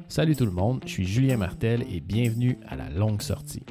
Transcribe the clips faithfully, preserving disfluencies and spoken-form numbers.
Salut tout le monde, je suis Julien Martel et bienvenue à la longue sortie.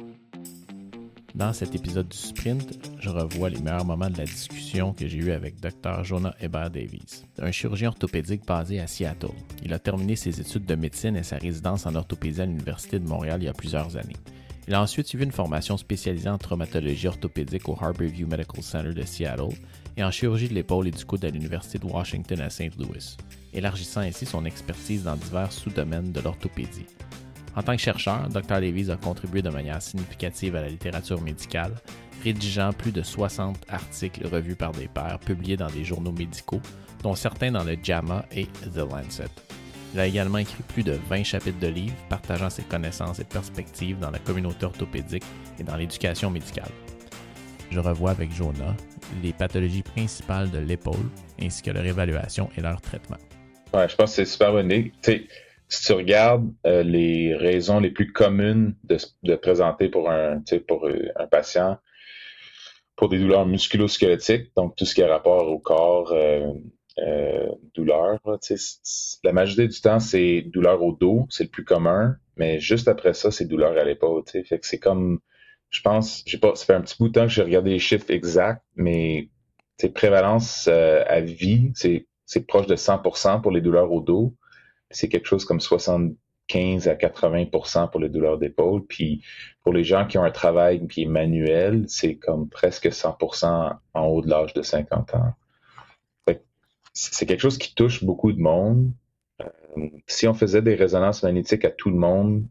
Dans cet épisode du Sprint, je revois les meilleurs moments de la discussion que j'ai eue avec Dr Jonah Hebert-Davies, un chirurgien orthopédique basé à Seattle. Il a terminé ses études de médecine et sa résidence en orthopédie à l'Université de Montréal il y a plusieurs années. Il a ensuite suivi une formation spécialisée en traumatologie orthopédique au Harborview Medical Center de Seattle et en chirurgie de l'épaule et du coude à l'Université de Washington à Saint Louis, élargissant ainsi son expertise dans divers sous-domaines de l'orthopédie. En tant que chercheur, Dr Davies a contribué de manière significative à la littérature médicale, rédigeant plus de soixante articles revus par des pairs publiés dans des journaux médicaux, dont certains dans le JAMA et The Lancet. Il a également écrit plus de vingt chapitres de livres partageant ses connaissances et perspectives dans la communauté orthopédique et dans l'éducation médicale. Je revois avec Jonah les pathologies principales de l'épaule, ainsi que leur évaluation et leur traitement. Ouais, je pense que c'est super bonne idée. Tu sais, si tu regardes euh, les raisons les plus communes de, de présenter pour un, tu sais, pour un patient pour des douleurs musculo-squelettiques, donc tout ce qui a rapport au corps, euh, euh, douleur, tu sais, la majorité du temps, c'est douleur au dos, c'est le plus commun, mais juste après ça, c'est douleur à l'épaule, tu sais. Fait que c'est comme, je pense, j'ai pas, ça fait un petit bout de temps que j'ai regardé les chiffres exacts, mais tu sais, prévalence euh, à vie, c'est, c'est proche de cent pour cent pour les douleurs au dos. C'est quelque chose comme soixante-quinze à quatre-vingts pour cent pour les douleurs d'épaule. Puis pour les gens qui ont un travail qui est manuel, c'est comme presque cent pour cent en haut de l'âge de cinquante ans. Fait que c'est quelque chose qui touche beaucoup de monde. Euh, si on faisait des résonances magnétiques à tout le monde,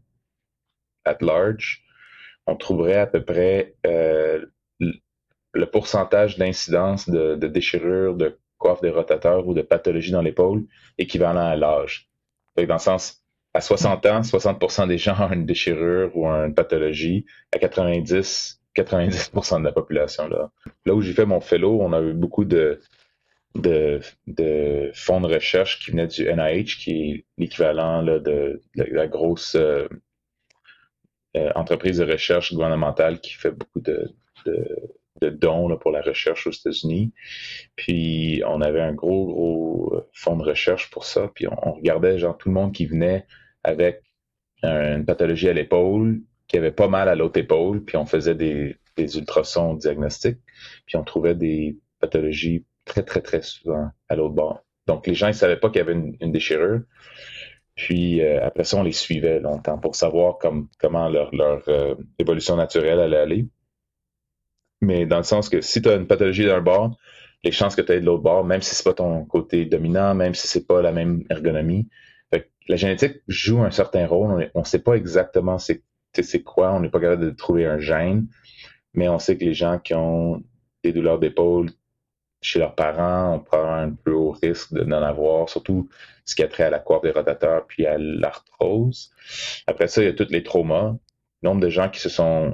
at large, on trouverait à peu près euh, le pourcentage d'incidence de, de déchirure, de coiffe des rotateurs ou de pathologie dans l'épaule équivalent à l'âge. Fait que dans le sens, à soixante ans, soixante pour cent des gens ont une déchirure ou une pathologie. À quatre-vingt-dix, quatre-vingt-dix pour cent de la population. Là, là où j'ai fait mon fellow, on a eu beaucoup de, de, de fonds de recherche qui venaient du N I H, qui est l'équivalent là, de, de la grosse euh, euh, entreprise de recherche gouvernementale qui fait beaucoup de, de, de dons là, pour la recherche aux États-Unis. Puis on avait un gros, gros fonds de recherche pour ça. Puis on, on regardait genre tout le monde qui venait avec un, une pathologie à l'épaule, qui avait pas mal à l'autre épaule, puis on faisait des, des ultrasons diagnostiques, puis on trouvait des pathologies très, très, très souvent à l'autre bord. Donc les gens, ils savaient pas qu'il y avait une, une déchirure. Puis euh, après ça, on les suivait longtemps pour savoir comme, comment leur, leur euh, évolution naturelle allait aller. Mais dans le sens que si tu as une pathologie d'un bord, les chances que tu aies de l'autre bord, même si c'est pas ton côté dominant, même si c'est pas la même ergonomie. Fait que la génétique joue un certain rôle. On ne sait pas exactement c'est, c'est quoi, on n'est pas capable de trouver un gène, mais on sait que les gens qui ont des douleurs d'épaule chez leurs parents ont probablement un plus haut risque de n'en avoir, surtout ce qui a trait à la coiffe des rotateurs puis à l'arthrose. Après ça, il y a tous les traumas. Le nombre de gens qui se sont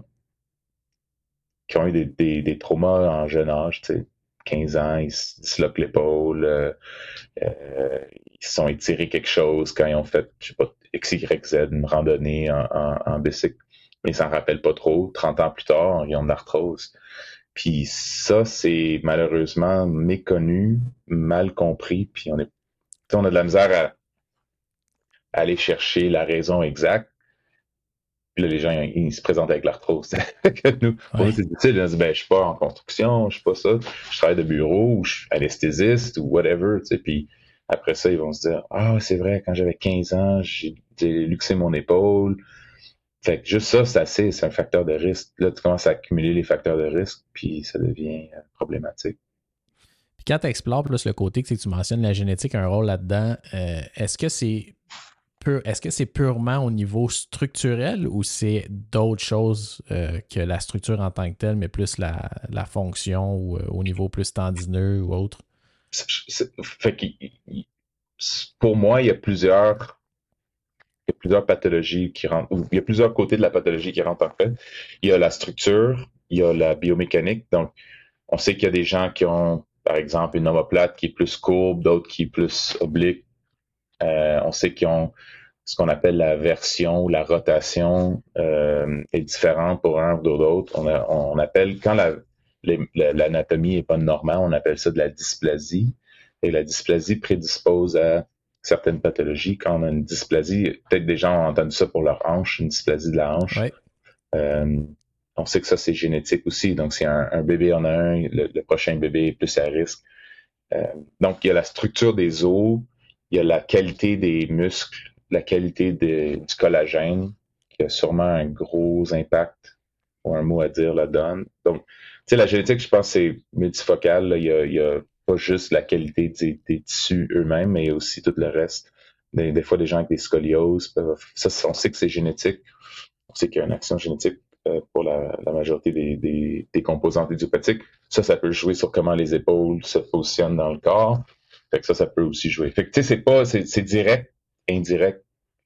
qui ont eu des, des, des traumas en jeune âge, tu sais, quinze ans, ils se disloquent l'épaule, euh, euh, ils se sont étirés quelque chose quand ils ont fait, je sais pas, X Y Z, une randonnée en, en, en bicycle, mais ils s'en rappellent pas trop. trente ans plus tard, ils ont de l'arthrose. Puis ça, c'est malheureusement méconnu, mal compris, puis on est, on a de la misère à, à aller chercher la raison exacte. Puis là, les gens, ils, ils se présentent avec l'arthrose. nous, pour Ouais. nous, c'est difficile. On se dit, ben, je suis pas en construction, je suis pas ça. Je travaille de bureau, ou je suis anesthésiste, ou whatever, tu sais. Puis après ça, ils vont se dire, ah, c'est vrai, quand j'avais quinze ans, j'ai, j'ai luxé mon épaule. Fait que juste ça, c'est assez, c'est un facteur de risque. Là, tu commences à accumuler les facteurs de risque, puis ça devient euh, problématique. Puis quand tu explores plus le côté que tu mentionnes la génétique a un rôle là-dedans, euh, est-ce que c'est pur, est-ce que c'est purement au niveau structurel ou c'est d'autres choses euh, que la structure en tant que telle, mais plus la, la fonction ou euh, au niveau plus tendineux ou autre? C'est, c'est, fait que, pour moi, il y a plusieurs il y a plusieurs pathologies qui rentrent, ou il y a plusieurs côtés de la pathologie qui rentrent en fait. Il y a la structure, il y a la biomécanique. Donc, on sait qu'il y a des gens qui ont, par exemple, une omoplate qui est plus courbe, d'autres qui est plus oblique. Euh, on sait qu'ils ont ce qu'on appelle la version ou la rotation euh, est différente pour un ou l'autre. On, a, on appelle, quand la, les, la, l'anatomie n'est pas normale, on appelle ça de la dysplasie. Et la dysplasie prédispose à certaines pathologies. Quand on a une dysplasie, peut-être des gens ont entendu ça pour leur hanche, une dysplasie de la hanche. Ouais. Euh, on sait que ça, c'est génétique aussi. Donc, si un, un bébé en a un, le, le prochain bébé est plus à risque. Euh, donc, il y a la structure des os, il y a la qualité des muscles, la qualité de, du collagène, qui a sûrement un gros impact, ou un mot à dire là-dedans. Donc, tu sais, la génétique, je pense, c'est multifocal. Là. Il y a, il y a pas juste la qualité des, des tissus eux-mêmes, mais il y a aussi tout le reste. Des, des fois, des gens avec des scolioses, ça, on sait que c'est génétique. On sait qu'il y a une action génétique euh, pour la, la majorité des, des, des composantes idiopathiques. Ça, ça peut jouer sur comment les épaules se positionnent dans le corps. Fait que ça, ça peut aussi jouer. Fait que, tu sais, c'est pas, c'est, c'est direct, indirect,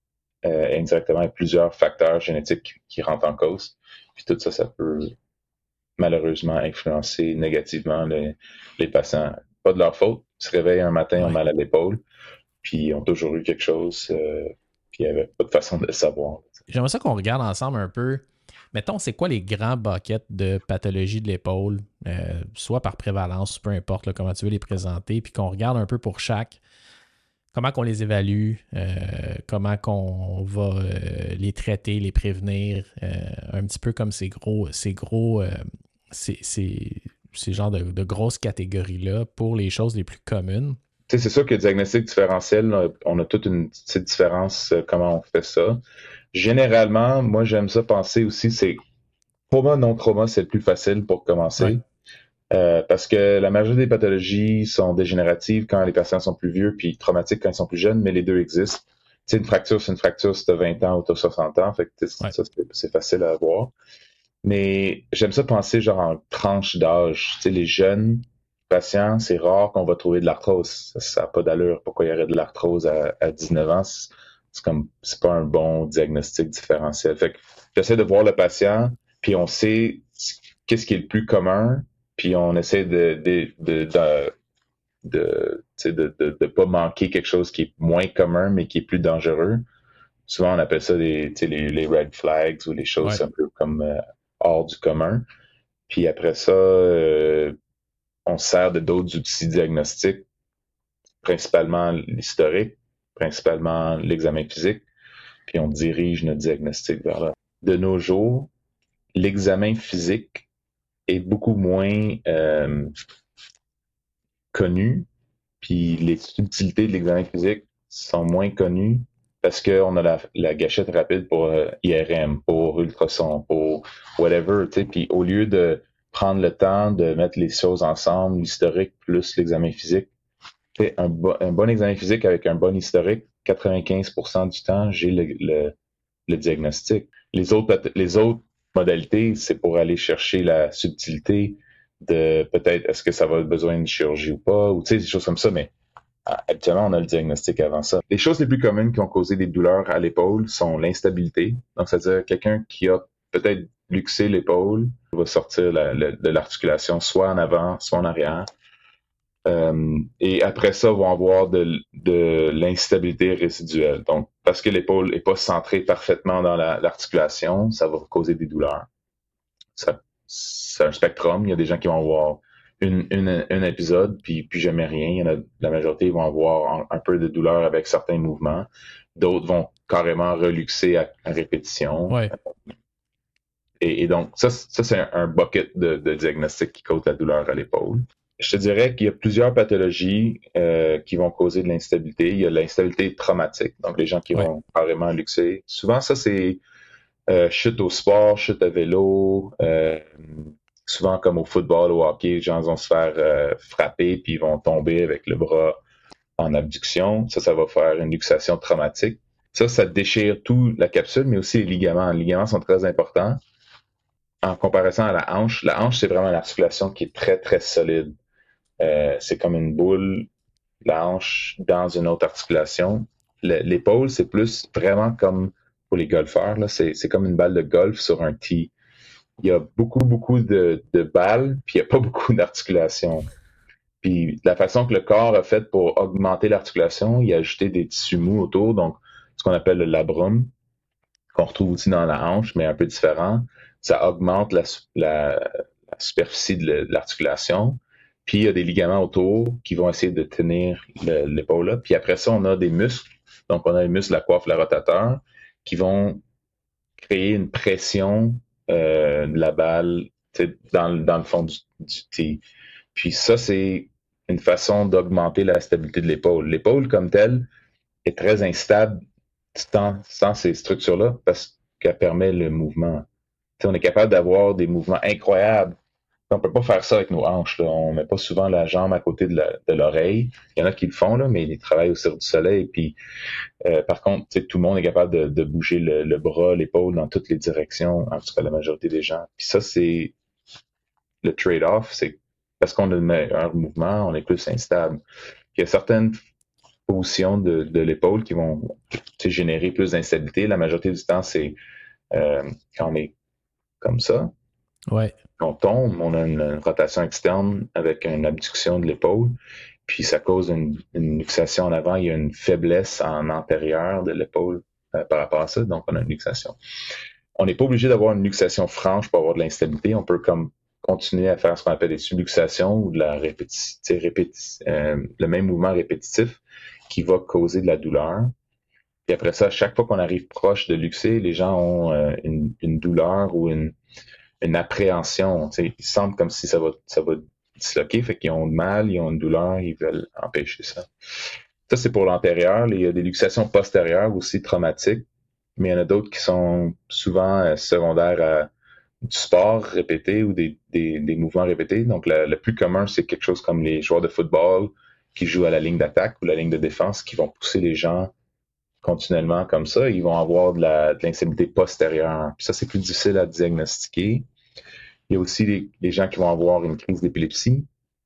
euh, indirectement, il y a plusieurs facteurs génétiques qui, qui rentrent en cause. Puis tout ça, ça peut malheureusement influencer négativement les, les patients. Pas de leur faute. Ils se réveillent un matin, Ouais. ont mal à l'épaule, puis ils ont toujours eu quelque chose, euh, puis il n'y avait pas de façon de le savoir. J'aimerais ça qu'on regarde ensemble un peu. Mettons, c'est quoi les grands buckets de pathologie de l'épaule, euh, soit par prévalence, peu importe là, comment tu veux les présenter, puis qu'on regarde un peu pour chaque, comment qu'on les évalue, euh, comment qu'on va euh, les traiter, les prévenir, euh, un petit peu comme ces gros, ces gros, euh, ces, ces, ces genres de, de grosses catégories-là pour les choses les plus communes. Tu sais, c'est sûr que le diagnostic différentiel, là, on a toute une petite différence euh, comment on fait ça. Généralement, moi, j'aime ça penser aussi, c'est trauma, non-trauma, c'est le plus facile pour commencer. Ouais. Euh, parce que la majorité des pathologies sont dégénératives quand les patients sont plus vieux, puis traumatiques quand ils sont plus jeunes, mais les deux existent. Tu sais, une fracture, c'est une fracture si tu as vingt ans ou tu as soixante ans, fait que ouais. ça, c'est, c'est facile à voir. Mais j'aime ça penser genre en tranche d'âge. Tu sais, les jeunes patients, c'est rare qu'on va trouver de l'arthrose. Ça n'a pas d'allure. Pourquoi il y aurait de l'arthrose à, à dix-neuf ans? C'est, c'est comme, c'est pas un bon diagnostic différentiel. Fait que j'essaie de voir le patient, puis on sait qu'est-ce qui est le plus commun, puis on essaie de de de de, de, de, de, de pas manquer quelque chose qui est moins commun, mais qui est plus dangereux. Souvent, on appelle ça des, les, les red flags ou les choses ouais. un peu comme euh, hors du commun. Puis après ça, euh, on se sert de d'autres outils diagnostiques, principalement l'historique, principalement l'examen physique, puis on dirige notre diagnostic vers là. De nos jours, l'examen physique est beaucoup moins euh, connu, puis les subtilités de l'examen physique sont moins connues parce qu'on a la, la gâchette rapide pour euh, I R M, pour ultrason, pour whatever, tu sais, puis au lieu de prendre le temps de mettre les choses ensemble, l'historique plus l'examen physique, un, bo- un bon examen physique avec un bon historique, quatre-vingt-quinze pour cent du temps, j'ai le, le, le diagnostic. Les autres, les autres modalités, c'est pour aller chercher la subtilité de peut-être est-ce que ça va avoir besoin de chirurgie ou pas, ou tu sais, des choses comme ça, mais habituellement, on a le diagnostic avant ça. Les choses les plus communes qui ont causé des douleurs à l'épaule sont l'instabilité. Donc, c'est-à-dire quelqu'un qui a peut-être luxé l'épaule va sortir la, la, de l'articulation soit en avant, soit en arrière. Euh, et après ça, vont avoir de, de l'instabilité résiduelle. Donc, parce que l'épaule n'est pas centrée parfaitement dans la, l'articulation, ça va causer des douleurs. Ça, c'est un spectrum. Il y a des gens qui vont avoir une, une, un épisode, puis, puis jamais rien. Il y en a, la majorité vont avoir un, un peu de douleur avec certains mouvements. D'autres vont carrément reluxer à, à répétition. Ouais. Et, et donc, ça, ça c'est un, un bucket de, de diagnostic qui cause la douleur à l'épaule. Je te dirais qu'il y a plusieurs pathologies euh, qui vont causer de l'instabilité. Il y a l'instabilité traumatique, donc les gens qui ouais. vont carrément luxer. Souvent, ça, c'est euh, chute au sport, chute à vélo, euh, souvent comme au football, au hockey, les gens vont se faire euh, frapper puis ils vont tomber avec le bras en abduction. Ça, ça va faire une luxation traumatique. Ça, ça déchire tout la capsule, mais aussi les ligaments. Les ligaments sont très importants. En comparaison à la hanche, la hanche, c'est vraiment l'articulation qui est très, très solide. Euh, c'est comme une boule, la hanche dans une autre articulation. Le, l'épaule, c'est plus vraiment comme pour les golfeurs, là, c'est, c'est comme une balle de golf sur un tee. Il y a beaucoup, beaucoup de, de balles, puis il n'y a pas beaucoup d'articulation. Puis la façon que le corps a fait pour augmenter l'articulation, il a ajouté des tissus mous autour, donc ce qu'on appelle le labrum, qu'on retrouve aussi dans la hanche, mais un peu différent. Ça augmente la, la, la superficie de, de l'articulation. Puis il y a des ligaments autour qui vont essayer de tenir le, l'épaule là. Puis après ça, on a des muscles. Donc on a les muscles de la coiffe, le rotateur, qui vont créer une pression euh, de la balle dans, dans le fond du, du tee. Puis ça, c'est une façon d'augmenter la stabilité de l'épaule. L'épaule comme telle est très instable sans, sans ces structures-là parce qu'elle permet le mouvement. T'sais, on est capable d'avoir des mouvements incroyables. On peut pas faire ça avec nos hanches. Là. On met pas souvent la jambe à côté de, la, de l'oreille. Il y en a qui le font, là, mais ils travaillent au Cirque du Soleil. Puis, euh, par contre, tout le monde est capable de, de bouger le, le bras, l'épaule dans toutes les directions, en tout cas la majorité des gens. Puis ça, c'est le trade-off, c'est parce qu'on a le meilleur mouvement, on est plus instable. Il y a certaines positions de, de l'épaule qui vont générer plus d'instabilité. La majorité du temps, c'est euh, quand on est comme ça. Ouais. On tombe, on a une, une rotation externe avec une abduction de l'épaule, puis ça cause une, une luxation en avant. Il y a une faiblesse en antérieur de l'épaule euh, par rapport à ça, donc on a une luxation. On n'est pas obligé d'avoir une luxation franche pour avoir de l'instabilité. On peut comme continuer à faire ce qu'on appelle des subluxations ou de la répétition, répéti- euh, le même mouvement répétitif qui va causer de la douleur. Puis après ça, chaque fois qu'on arrive proche de luxer, les gens ont euh, une, une douleur ou une, une appréhension. T'sais, ils sentent comme si ça va, ça va disloquer, fait qu'ils ont mal, ils ont une douleur, ils veulent empêcher ça. Ça, c'est pour l'antérieur. Il y a des luxations postérieures aussi traumatiques, mais il y en a d'autres qui sont souvent euh, secondaires à du sport répété ou des, des, des mouvements répétés. Donc, le, le plus commun, c'est quelque chose comme les joueurs de football qui jouent à la ligne d'attaque ou la ligne de défense, qui vont pousser les gens continuellement comme ça. Ils vont avoir de, la, de l'instabilité postérieure. Puis ça, c'est plus difficile à diagnostiquer. Il y a aussi les, les gens qui vont avoir une crise d'épilepsie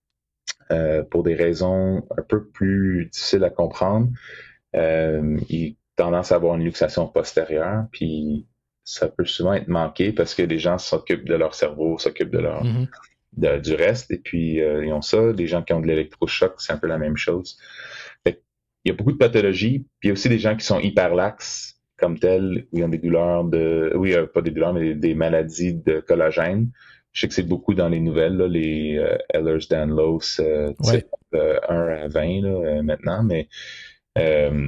euh, pour des raisons un peu plus difficiles à comprendre. Euh, ils ont tendance à avoir une luxation postérieure, puis ça peut souvent être manqué parce que les gens s'occupent de leur cerveau, s'occupent de leur mm-hmm. de, du reste, et puis euh, ils ont ça. Les gens qui ont de l'électrochoc, c'est un peu la même chose. Fait, il y a beaucoup de pathologies, puis il y a aussi des gens qui sont hyperlaxes comme tels, où ils ont des douleurs de... Oui, euh, pas des douleurs, mais des, des maladies de collagène. Je sais que c'est beaucoup dans les nouvelles, là, les euh, Ehlers-Danlos, euh, ouais. type euh, un à vingt là, euh, maintenant, mais euh,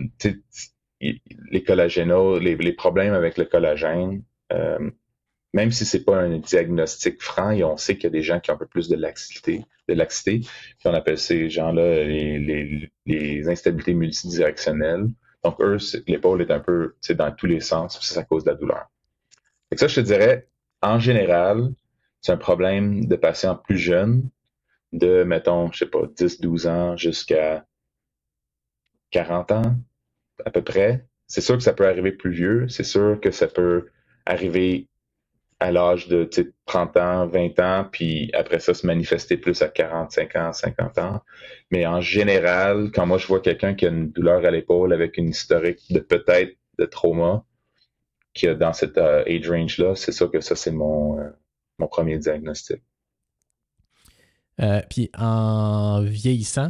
les collagénaux, les, les problèmes avec le collagène, euh, même si c'est pas un diagnostic franc, et on sait qu'il y a des gens qui ont un peu plus de laxité, de laxité, puis on appelle ces gens-là les, les, les instabilités multidirectionnelles. Donc eux, l'épaule est un peu dans tous les sens, puis ça, ça cause de la douleur. Et ça, je te dirais, en général, c'est un problème de patients plus jeunes, de, mettons, je sais pas, dix douze ans jusqu'à quarante ans, à peu près. C'est sûr que ça peut arriver plus vieux. C'est sûr que ça peut arriver à l'âge de trente ans, vingt ans, puis après ça, se manifester plus à quarante-cinq ans, cinquante ans. Mais en général, quand moi, je vois quelqu'un qui a une douleur à l'épaule avec une historique de peut-être de trauma, qui est dans cette uh, age range-là, c'est sûr que ça, c'est mon, euh, mon premier diagnostic. Euh, puis en vieillissant?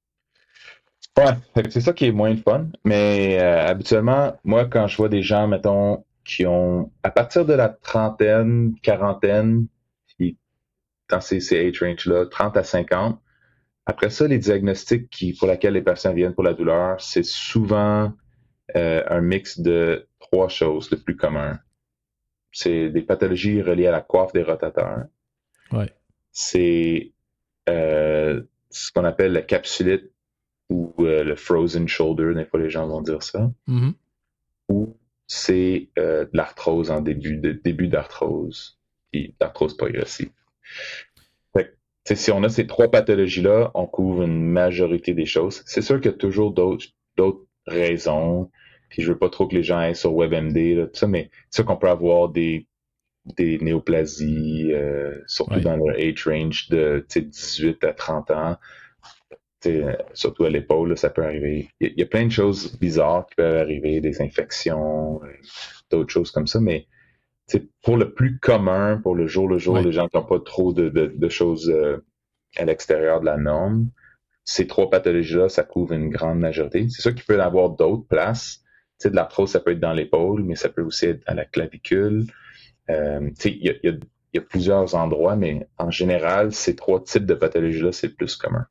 Ouais, c'est ça qui est moins fun. Mais euh, habituellement, moi, quand je vois des gens, mettons, qui ont, à partir de la trentaine, quarantaine, qui, dans ces, ces age range-là, trente à cinquante, après ça, les diagnostics qui, pour lesquels les patients viennent pour la douleur, c'est souvent euh, un mix de trois choses, le plus commun. C'est des pathologies reliées à la coiffe des rotateurs. Ouais. C'est euh, ce qu'on appelle la capsulite ou euh, le frozen shoulder, des fois les gens vont dire ça. Mm-hmm. Ou c'est euh, de l'arthrose en début de début d'arthrose, et d'arthrose progressive. Fait que, si on a ces trois pathologies-là, on couvre une majorité des choses. C'est sûr qu'il y a toujours d'autres, d'autres raisons, puis je veux pas trop que les gens aillent sur WebMD, là, tout ça, mais c'est sûr qu'on peut avoir des, des néoplasies, euh, surtout ouais. dans le age range de dix-huit à trente ans. T'sais, surtout à l'épaule, là, ça peut arriver. Il y, y a plein de choses bizarres qui peuvent arriver, des infections, euh, d'autres choses comme ça, mais pour le plus commun, pour le jour le jour, ouais. les gens qui n'ont pas trop de, de, de choses euh, à l'extérieur de la norme, ces trois pathologies-là, ça couvre une grande majorité. C'est sûr qu'il peut y avoir d'autres places. T'sais, de l'arthrose, ça peut être dans l'épaule, mais ça peut aussi être à la clavicule. Euh, il y a, y a il y a plusieurs endroits, mais en général, ces trois types de pathologies-là, c'est le plus commun.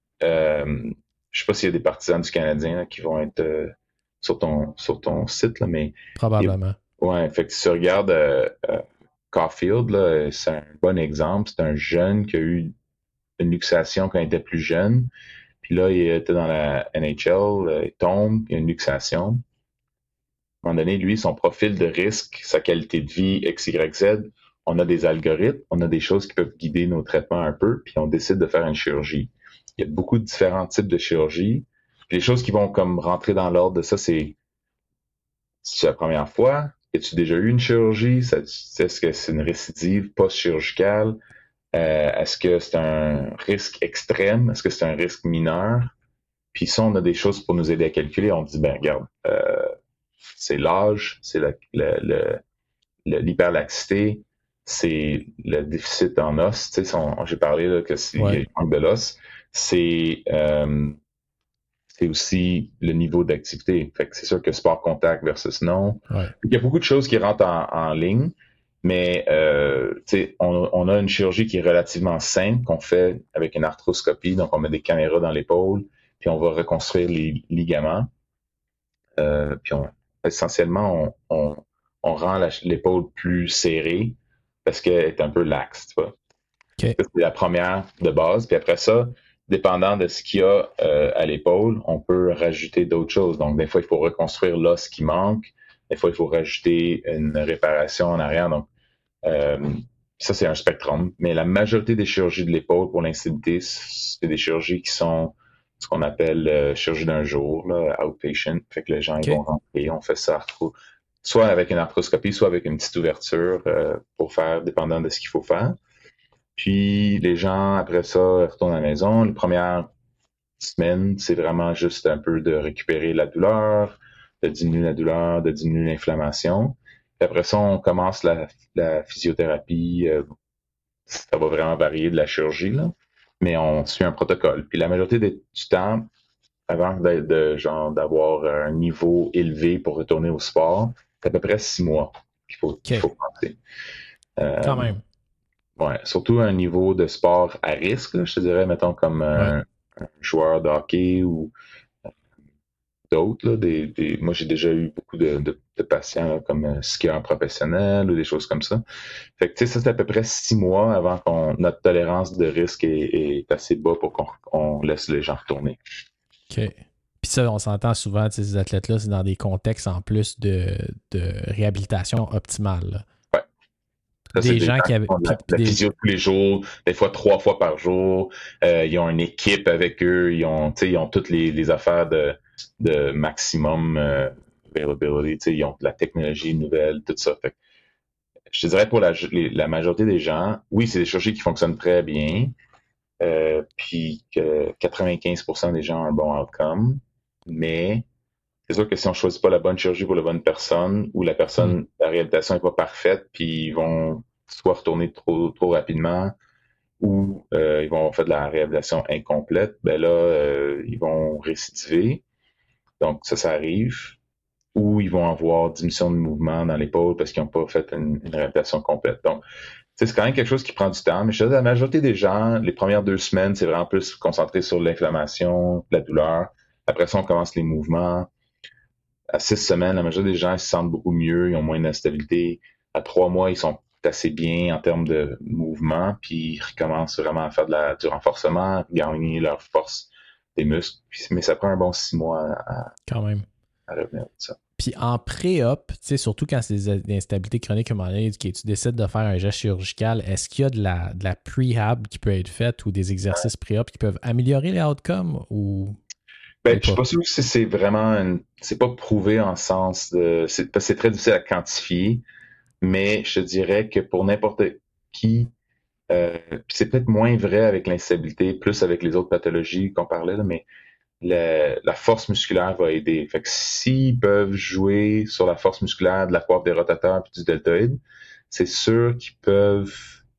Euh, je sais pas s'il y a des partisans du Canadien là, qui vont être euh, sur ton sur ton site, là, mais il, Probablement. ouais, fait que si tu regardes euh, euh, Caulfield, là, c'est un bon exemple. C'est un jeune qui a eu une luxation quand il était plus jeune. Puis là, il était dans la N H L, euh, il tombe, il y a une luxation. À un moment donné, lui, son profil de risque, sa qualité de vie, X, Y, Z, on a des algorithmes, on a des choses qui peuvent guider nos traitements un peu, puis on décide de faire une chirurgie. Il y a beaucoup de différents types de chirurgie. Puis les choses qui vont comme rentrer dans l'ordre de ça, c'est si c'est la première fois, as-tu déjà eu une chirurgie? Ça, est-ce que c'est une récidive post-chirurgicale? Euh, est-ce que c'est un risque extrême? Est-ce que c'est un risque mineur? Puis ça, on a des choses pour nous aider à calculer. On dit, ben regarde, euh, c'est l'âge, c'est la, la, la, la, l'hyperlaxité, c'est le déficit en os. Tu sais, on, j'ai parlé là, que s'il ouais. y a un manque de l'os, c'est, euh, c'est aussi le niveau d'activité. Fait que c'est sûr que sport contact versus non. Ouais. Il y a beaucoup de choses qui rentrent en, en ligne, mais euh, on, on a une chirurgie qui est relativement simple qu'on fait avec une arthroscopie. Donc, on met des caméras dans l'épaule, puis on va reconstruire les ligaments. Euh, puis on, essentiellement, on, on, on rend la, l'épaule plus serrée parce qu'elle est un peu laxe, tu vois. Okay. C'est la première de base. Puis après ça, dépendant de ce qu'il y a euh, à l'épaule, on peut rajouter d'autres choses. Donc, des fois, il faut reconstruire l'os qui manque. Des fois, il faut rajouter une réparation en arrière. Donc, euh, ça, c'est un spectrum. Mais la majorité des chirurgies de l'épaule pour l'instabilité, c'est des chirurgies qui sont ce qu'on appelle euh, chirurgie d'un jour, là, outpatient. Fait que les gens okay. ils vont rentrer, on fait ça soit avec une arthroscopie, soit avec une petite ouverture euh, pour faire, dépendant de ce qu'il faut faire. Puis les gens, après ça, retournent à la maison. Les premières semaines, c'est vraiment juste un peu de récupérer la douleur, de diminuer la douleur, de diminuer l'inflammation. Puis après ça, on commence la, la physiothérapie. Euh, ça va vraiment varier de la chirurgie, là, mais on suit un protocole. Puis la majorité du temps, avant de, de, genre, d'avoir un niveau élevé pour retourner au sport, c'est à peu près six mois qu'il faut, okay. qu'il faut penser. Euh, Quand même. Ouais, surtout un niveau de sport à risque, là, je te dirais, mettons, comme un, ouais. un joueur de hockey ou d'autres. Là, des, des... Moi, j'ai déjà eu beaucoup de, de, de patients là, comme un skieur professionnel ou des choses comme ça. Fait que, tu sais, ça, c'est à peu près six mois avant qu'on notre tolérance de risque est, est assez bas pour qu'on on laisse les gens retourner. OK. Puis ça, on s'entend souvent, ces athlètes-là, c'est dans des contextes en plus de, de réhabilitation optimale. Là. Ça, des, des gens qui avaient la, la des... physio tous les jours, des fois trois fois par jour. Euh, ils ont une équipe avec eux, ils ont, ils ont toutes les, les affaires de, de maximum euh, availability, ils ont de la technologie nouvelle, tout ça. Fait que, je te dirais pour la, les, la majorité des gens, oui, c'est des chirurgies qui fonctionnent très bien, euh, puis que quatre-vingt-quinze pour cent des gens ont un bon outcome, mais c'est sûr que si on choisit pas la bonne chirurgie pour la bonne personne, ou la personne, mm. la réhabilitation est pas parfaite, puis ils vont soit retourner trop trop rapidement, ou euh, ils vont faire de la réhabilitation incomplète, ben là, euh, ils vont récidiver. Donc ça, ça arrive. Ou ils vont avoir diminution de mouvement dans l'épaule parce qu'ils n'ont pas fait une, une réhabilitation complète. Donc, c'est quand même quelque chose qui prend du temps, mais je te dis, la majorité des gens, les premières deux semaines, c'est vraiment plus concentré sur l'inflammation, la douleur. Après ça, on commence les mouvements. À six semaines, la majorité des gens ils se sentent beaucoup mieux, ils ont moins d'instabilité. À trois mois, ils sont assez bien en termes de mouvement, puis ils recommencent vraiment à faire de la, du renforcement, gagner leur force des muscles. Puis, mais ça prend un bon six mois à, Quand même. à revenir de ça. Puis en pré-op, tu sais, surtout quand c'est des instabilités chroniques, à un moment donné, que tu décides de faire un geste chirurgical, est-ce qu'il y a de la, de la prehab qui peut être faite ou des exercices pré-op qui peuvent améliorer les outcomes ou... Ben, je suis pas sûr si c'est vraiment une... c'est pas prouvé en sens de, c'est, c'est très difficile à quantifier, mais je te dirais que pour n'importe qui, euh, c'est peut-être moins vrai avec l'instabilité, plus avec les autres pathologies qu'on parlait, là, mais la, la force musculaire va aider. Fait que s'ils peuvent jouer sur la force musculaire de la coiffe des rotateurs et du deltoïde, c'est sûr qu'ils peuvent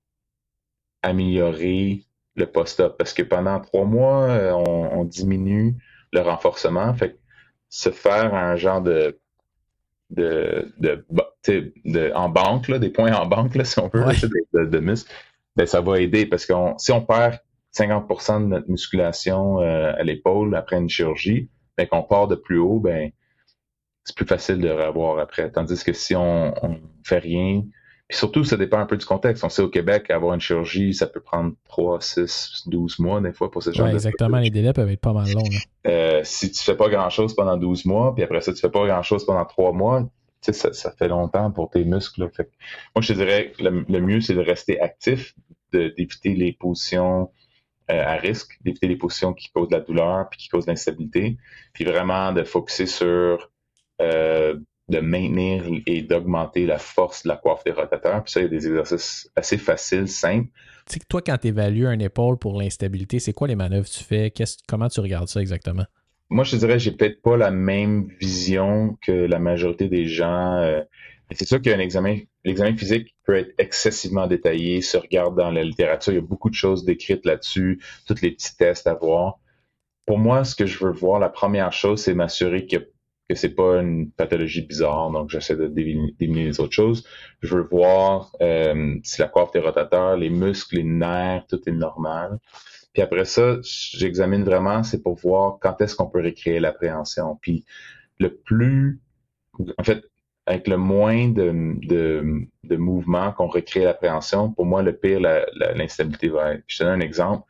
améliorer le post-op, parce que pendant trois mois, on, on diminue le renforcement. Fait que se faire un genre de de, de, de, de en banque, là, des points en banque, là, si on veut, Ouais. de, de, de muscle, ben, ça va aider parce que si on perd cinquante pour cent de notre musculation euh, à l'épaule après une chirurgie, ben, qu'on part de plus haut, ben, c'est plus facile de revoir après. Tandis que si on, on fait rien, puis surtout, ça dépend un peu du contexte. On sait au Québec, avoir une chirurgie, ça peut prendre trois, six, douze mois des fois pour ce genre Ouais, de exactement. Les délais peuvent être pas mal longs. Là. Euh, si tu fais pas grand-chose pendant douze mois, puis après ça, tu fais pas grand-chose pendant trois mois, tu sais, ça, ça fait longtemps pour tes muscles. Là. Fait que, moi, je te dirais que le, le mieux, c'est de rester actif, de, d'éviter les positions euh, à risque, d'éviter les positions qui causent de la douleur puis qui causent de l'instabilité, puis vraiment de focuser sur euh, de maintenir et d'augmenter la force de la coiffe des rotateurs. Puis ça, il y a des exercices assez faciles, simples. Tu sais que toi, quand tu évalues un épaule pour l'instabilité, c'est quoi les manœuvres que tu fais? Qu'est-ce, comment tu regardes ça exactement? Moi, je te dirais, j'ai peut-être pas la même vision que la majorité des gens. Euh, c'est sûr qu'un examen, l'examen physique peut être excessivement détaillé, se regarde dans la littérature, il y a beaucoup de choses décrites là-dessus, tous les petits tests à voir. Pour moi, ce que je veux voir, la première chose, c'est m'assurer que que c'est pas une pathologie bizarre, donc j'essaie de d'éliminer les autres choses. Je veux voir euh, si la coiffe des rotateurs, les muscles, les nerfs, tout est normal. Puis après ça, j'examine vraiment, c'est pour voir quand est-ce qu'on peut récréer l'appréhension. Puis le plus, en fait, avec le moins de, de, de mouvements qu'on recrée l'appréhension, pour moi, le pire, la, la, l'instabilité va être. Je te donne un exemple.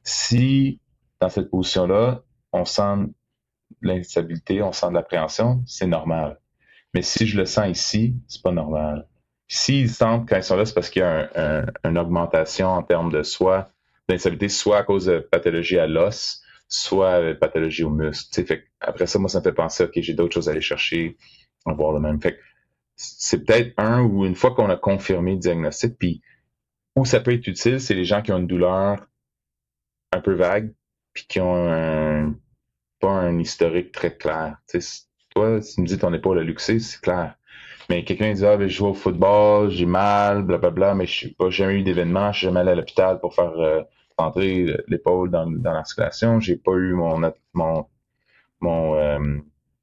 Si, dans cette position-là, on sent l'instabilité, on sent de l'appréhension, c'est normal. Mais si je le sens ici, c'est pas normal. S'ils sentent quand ils sont là, c'est parce qu'il y a un, un, une augmentation en termes de soit d'instabilité, soit à cause de pathologie à l'os, soit de pathologie au muscle. Fait, après ça, moi, ça me fait penser, OK, j'ai d'autres choses à aller chercher, à voir le même. Fait, c'est peut-être un ou une fois qu'on a confirmé le diagnostic, puis où ça peut être utile, c'est les gens qui ont une douleur un peu vague, puis qui ont un, pas un historique très clair. T'sais, toi, si tu me dis ton épaule a luxé, c'est clair. Mais quelqu'un dit, ah, ben, je joue au football, j'ai mal, blablabla, mais je n'ai pas jamais eu d'événement, je suis jamais allé à l'hôpital pour faire euh, rentrer l'épaule dans, dans l'articulation, j'ai pas eu mon, mon, mon euh,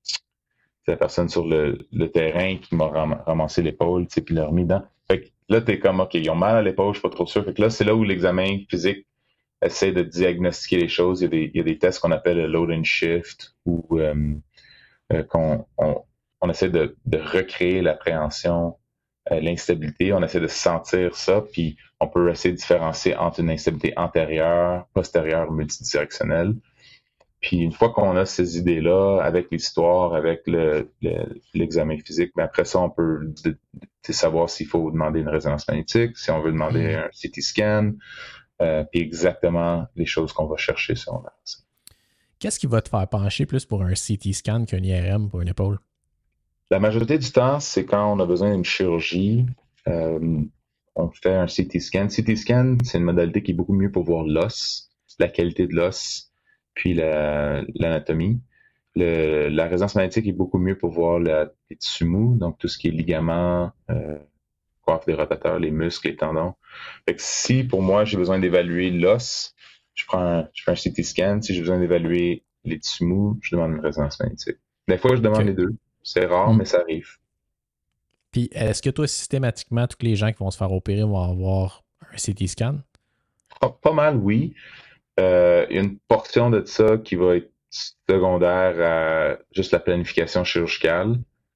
la personne sur le, le terrain qui m'a ram- ramassé l'épaule, tu sais, puis l'a remis dedans. Fait que là, t'es comme, OK, ils ont mal à l'épaule, je suis pas trop sûr. Fait que là, c'est là où l'examen physique essaie de diagnostiquer les choses. Il y a des, il y a des tests qu'on appelle le load and shift, où euh, euh, qu'on on, on essaie de, de recréer l'appréhension, euh, l'instabilité. On essaie de sentir ça, puis on peut essayer de différencier entre une instabilité antérieure, postérieure, multidirectionnelle. Puis une fois qu'on a ces idées-là, avec l'histoire, avec le, le, l'examen physique, mais après ça, on peut de, de savoir s'il faut demander une résonance magnétique, si on veut demander un C T scan, euh, puis exactement les choses qu'on va chercher si on a ça. Qu'est-ce qui va te faire pencher plus pour un C T scan qu'un I R M pour une épaule? La majorité du temps, c'est quand on a besoin d'une chirurgie, euh, on fait un C T scan. C T scan, c'est une modalité qui est beaucoup mieux pour voir l'os, la qualité de l'os, puis la, l'anatomie. Le, la résonance magnétique est beaucoup mieux pour voir la, les tissus mous, donc tout ce qui est ligaments, euh, coiffe des rotateurs, les muscles, les tendons. Fait que si, pour moi, j'ai besoin d'évaluer l'os, je prends un, je fais un C T scan. Si j'ai besoin d'évaluer les tissus mous, je demande une résonance magnétique. Des fois, je demande okay. les deux. C'est rare, mmh. mais ça arrive. Puis, est-ce que toi, systématiquement, tous les gens qui vont se faire opérer vont avoir un C T scan? Pas, pas mal, oui. Euh, il y a une portion de ça qui va être secondaire à juste la planification chirurgicale.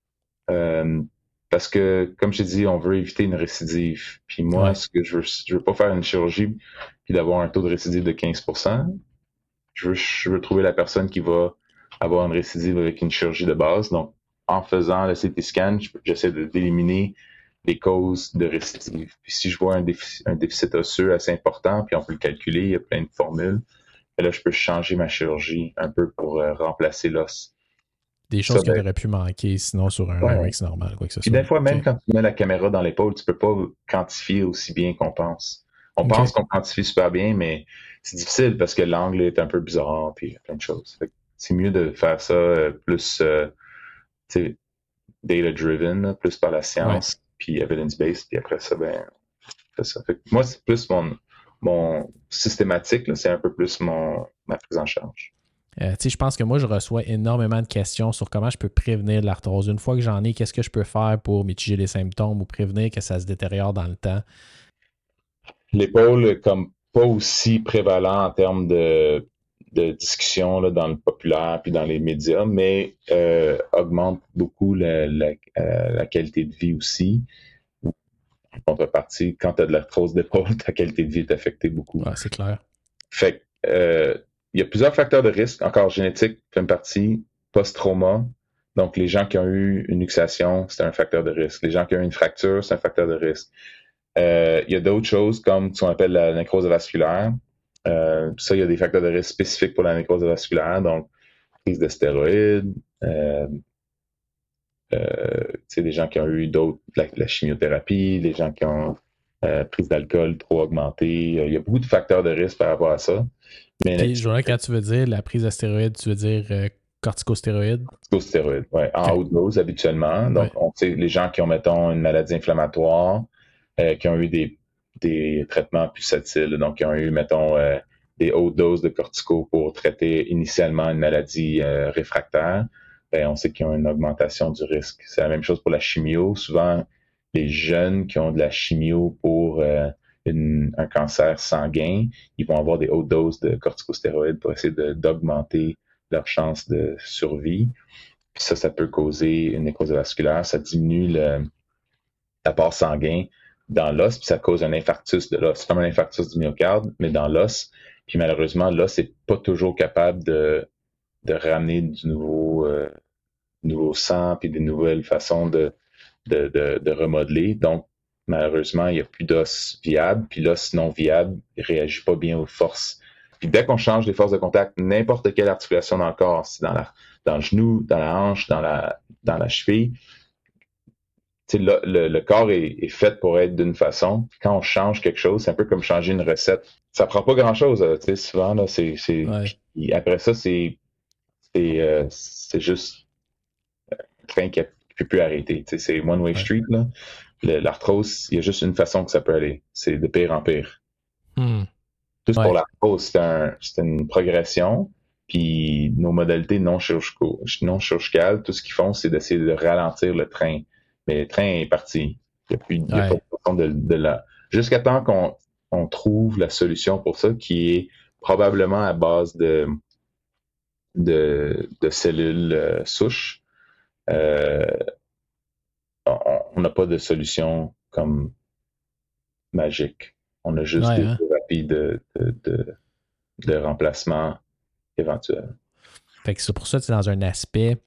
Euh, parce que, comme je t'ai dit, on veut éviter une récidive. Puis moi, ouais. ce que je veux, je veux pas faire une chirurgie puis d'avoir un taux de récidive de quinze pour cent. Je veux, je veux trouver la personne qui va avoir une récidive avec une chirurgie de base. Donc, en faisant le C T scan, j'essaie de, d'éliminer les causes de récidive. Puis si je vois un déficit, un déficit osseux assez important, puis on peut le calculer, il y a plein de formules, et là, je peux changer ma chirurgie un peu pour euh, remplacer l'os. Des choses qui auraient pu manquer sinon sur un ouais. R X normal, quoi que ce Puis soit. des fois, même okay. quand tu mets la caméra dans l'épaule, tu peux pas quantifier aussi bien qu'on pense. On okay. pense qu'on quantifie super bien, mais c'est difficile parce que l'angle est un peu bizarre, puis il y a plein de choses. Fait que c'est mieux de faire ça euh, plus euh, data-driven, plus par la science, ouais. puis evidence-based, puis après ça, ben, fait ça. Fait que moi, c'est plus mon, mon systématique, là, c'est un peu plus mon, ma prise en charge. Euh, tu sais, je pense que moi, je reçois énormément de questions sur comment je peux prévenir de l'arthrose. Une fois que j'en ai, qu'est-ce que je peux faire pour mitiger les symptômes ou prévenir que ça se détériore dans le temps? L'épaule, comme pas aussi prévalent en termes de, de discussion là, dans le populaire puis dans les médias, mais euh, augmente beaucoup la, la, euh, la qualité de vie aussi. En contrepartie, quand tu as de l'arthrose d'épaule, ta qualité de vie est affectée beaucoup. Ouais, c'est clair. Fait que, euh, il y a plusieurs facteurs de risque, encore génétique, pleine partie, post-trauma. Donc, les gens qui ont eu une luxation, c'est un facteur de risque. Les gens qui ont eu une fracture, c'est un facteur de risque. Euh, il y a d'autres choses comme ce qu'on appelle la nécrose vasculaire. Euh, ça, il y a des facteurs de risque spécifiques pour la nécrose vasculaire, donc prise de stéroïdes, euh, euh, des gens qui ont eu d'autres, la, la chimiothérapie, les gens qui ont euh, prise d'alcool trop augmentée. Il y a beaucoup de facteurs de risque par rapport à ça. Mais okay, Joël, quand tu veux dire la prise de stéroïdes, tu veux dire euh, corticostéroïdes? Corticostéroïdes, oui, en okay. haute dose habituellement. Donc, ouais. on sait les gens qui ont, mettons, une maladie inflammatoire, euh, qui ont eu des, des traitements pulsatiles, donc qui ont eu, mettons, euh, des hautes doses de cortico pour traiter initialement une maladie euh, réfractaire, ben, on sait qu'ils ont une augmentation du risque. C'est la même chose pour la chimio. Souvent, les jeunes qui ont de la chimio pour euh, une, un cancer sanguin, ils vont avoir des hautes doses de corticostéroïdes pour essayer de, d'augmenter leur chance de survie. Puis ça, ça peut causer une nécrose vasculaire. Ça diminue le, l'apport sanguin dans l'os, puis ça cause un infarctus de l'os. C'est comme un infarctus du myocarde, mais dans l'os. Puis malheureusement, l'os n'est pas toujours capable de, de ramener du nouveau, euh, nouveau sang, puis des nouvelles façons de, de, de, de remodeler. Donc, malheureusement, il n'y a plus d'os viable, puis l'os non viable ne réagit pas bien aux forces. Puis dès qu'on change les forces de contact, n'importe quelle articulation dans le corps, si dans, la, dans le genou, dans la hanche, dans la, dans la cheville, le, le, le corps est, est fait pour être d'une façon. Puis quand on change quelque chose, c'est un peu comme changer une recette. Ça prend pas grand-chose, tu sais, souvent, là, c'est... c'est ouais. Puis après ça, c'est c'est, euh, c'est juste un train qui ne peut plus arrêter. Tu sais, c'est one-way ouais. street, là. Le, l'arthrose, il y a juste une façon que ça peut aller. C'est de pire en pire. Hmm. Tout ouais. pour l'arthrose, c'est, un, c'est une progression. Puis nos modalités non, chirurgicaux, non chirurgicales, tout ce qu'ils font, c'est d'essayer de ralentir le train. Mais le train est parti. Il n'y a plus il y a ouais. pas de façon de, de la... Jusqu'à temps qu'on on trouve la solution pour ça, qui est probablement à base de, de, de cellules euh, souches. Euh, on n'a pas de solution comme magique. On a juste ouais, des hein? thérapies de, de, de, de remplacement éventuel. Fait que c'est pour ça que c'est dans un aspect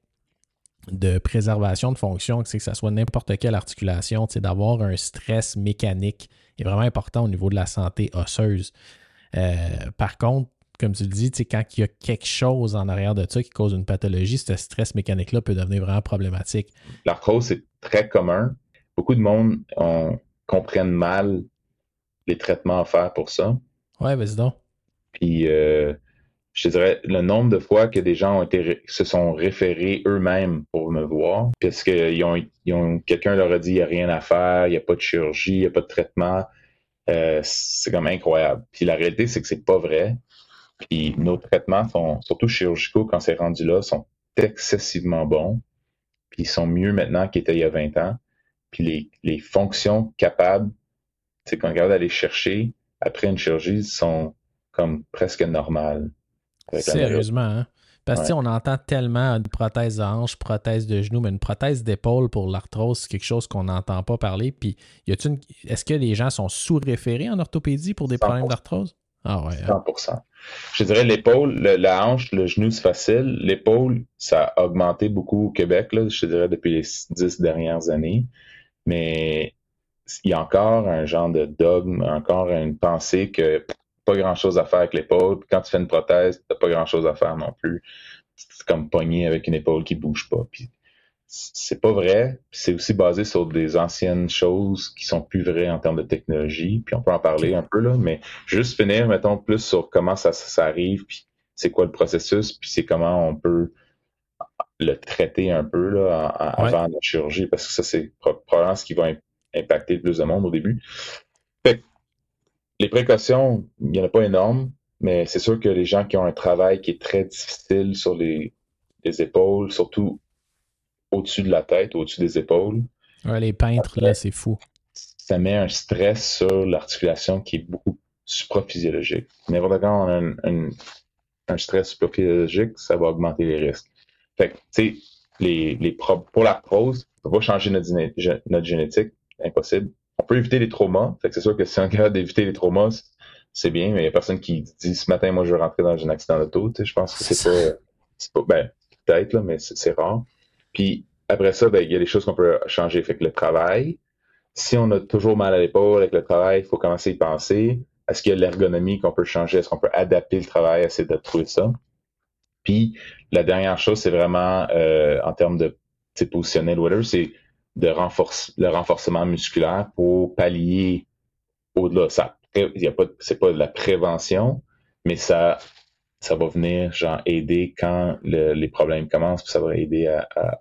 de préservation de fonction, c'est que ça soit n'importe quelle articulation, c'est d'avoir un stress mécanique est vraiment important au niveau de la santé osseuse. Euh, par contre, comme tu le dis, quand il y a quelque chose en arrière de ça qui cause une pathologie, ce stress mécanique-là peut devenir vraiment problématique. L'arthrose, c'est très commun. Beaucoup de monde on, comprennent mal les traitements à faire pour ça. Ouais, vas-y donc. Puis, euh, je te dirais, le nombre de fois que des gens ont été, se sont référés eux-mêmes pour me voir, parce qu'ils ont, ils ont, quelqu'un leur a dit, il n'y a rien à faire, il n'y a pas de chirurgie, il n'y a pas de traitement. Euh, c'est comme incroyable. Puis la réalité, c'est que c'est pas vrai. Puis nos traitements, sont, surtout chirurgicaux, quand c'est rendu là, sont excessivement bons. Puis ils sont mieux maintenant qu'ils étaient il y a vingt ans. Puis les, les fonctions capables, c'est qu'on regarde d'aller chercher après une chirurgie, sont comme presque normales. Sérieusement, hein? Parce que ouais. on entend tellement de prothèses de hanche, prothèse de genou, mais une prothèse d'épaule pour l'arthrose, c'est quelque chose qu'on n'entend pas parler. Puis, y a-t-il une... est-ce que les gens sont sous-référés en orthopédie pour des cent pour cent problèmes d'arthrose? Ah ouais. cent pour cent. Hein? Je dirais l'épaule, le, la hanche, le genou, c'est facile. L'épaule, ça a augmenté beaucoup au Québec, là, je dirais, depuis les dix dernières années. Mais il y a encore un genre de dogme, encore une pensée que pas grand-chose à faire avec l'épaule. Puis quand tu fais une prothèse, t'as pas grand-chose à faire non plus. C'est comme pogné avec une épaule qui bouge pas. Puis c'est pas vrai. Puis c'est aussi basé sur des anciennes choses qui sont plus vraies en termes de technologie. Puis on peut en parler un peu, là. Mais juste finir, mettons, plus sur comment ça, ça arrive, puis c'est quoi le processus, puis c'est comment on peut le traiter un peu là, en, ouais. avant la chirurgie. Parce que ça, c'est probablement ce qui va impacter le plus de monde au début. Fait que les précautions, il n'y en a pas énormes. mais c'est sûr que les gens qui ont un travail qui est très difficile sur les, les épaules, surtout au-dessus de la tête, au-dessus des épaules, Ouais, les peintres, là, c'est fou. ça met un stress sur l'articulation qui est beaucoup supraphysiologique. N'importe quand on a un, un, un stress supraphysiologique, ça va augmenter les risques. Fait que, tu sais, les, les pro- pour l'arthrose, on ne peut pas changer notre, géné- notre génétique, impossible. On peut éviter les traumas. Fait que c'est sûr que si on est capable d'éviter les traumas, c'est bien, mais il n'y a personne qui dit ce matin, moi, je veux rentrer dans un accident d'auto. Je pense que c'est pas, c'est pas, ben, peut-être, là, mais c'est, c'est rare. Puis après ça, ben, il y a des choses qu'on peut changer. Fait que le travail, si on a toujours mal à l'épaule avec le travail, il faut commencer à y penser. Est-ce qu'il y a l'ergonomie qu'on peut changer? Est-ce qu'on peut adapter le travail, essayer de trouver ça? Puis la dernière chose, c'est vraiment euh, en termes de positionnel, whatever, c'est de renforcer le renforcement musculaire pour pallier au-delà. Ça, il y a pas, c'est pas de la prévention, mais ça, ça va venir genre aider quand le, les problèmes commencent, puis ça va aider à, à,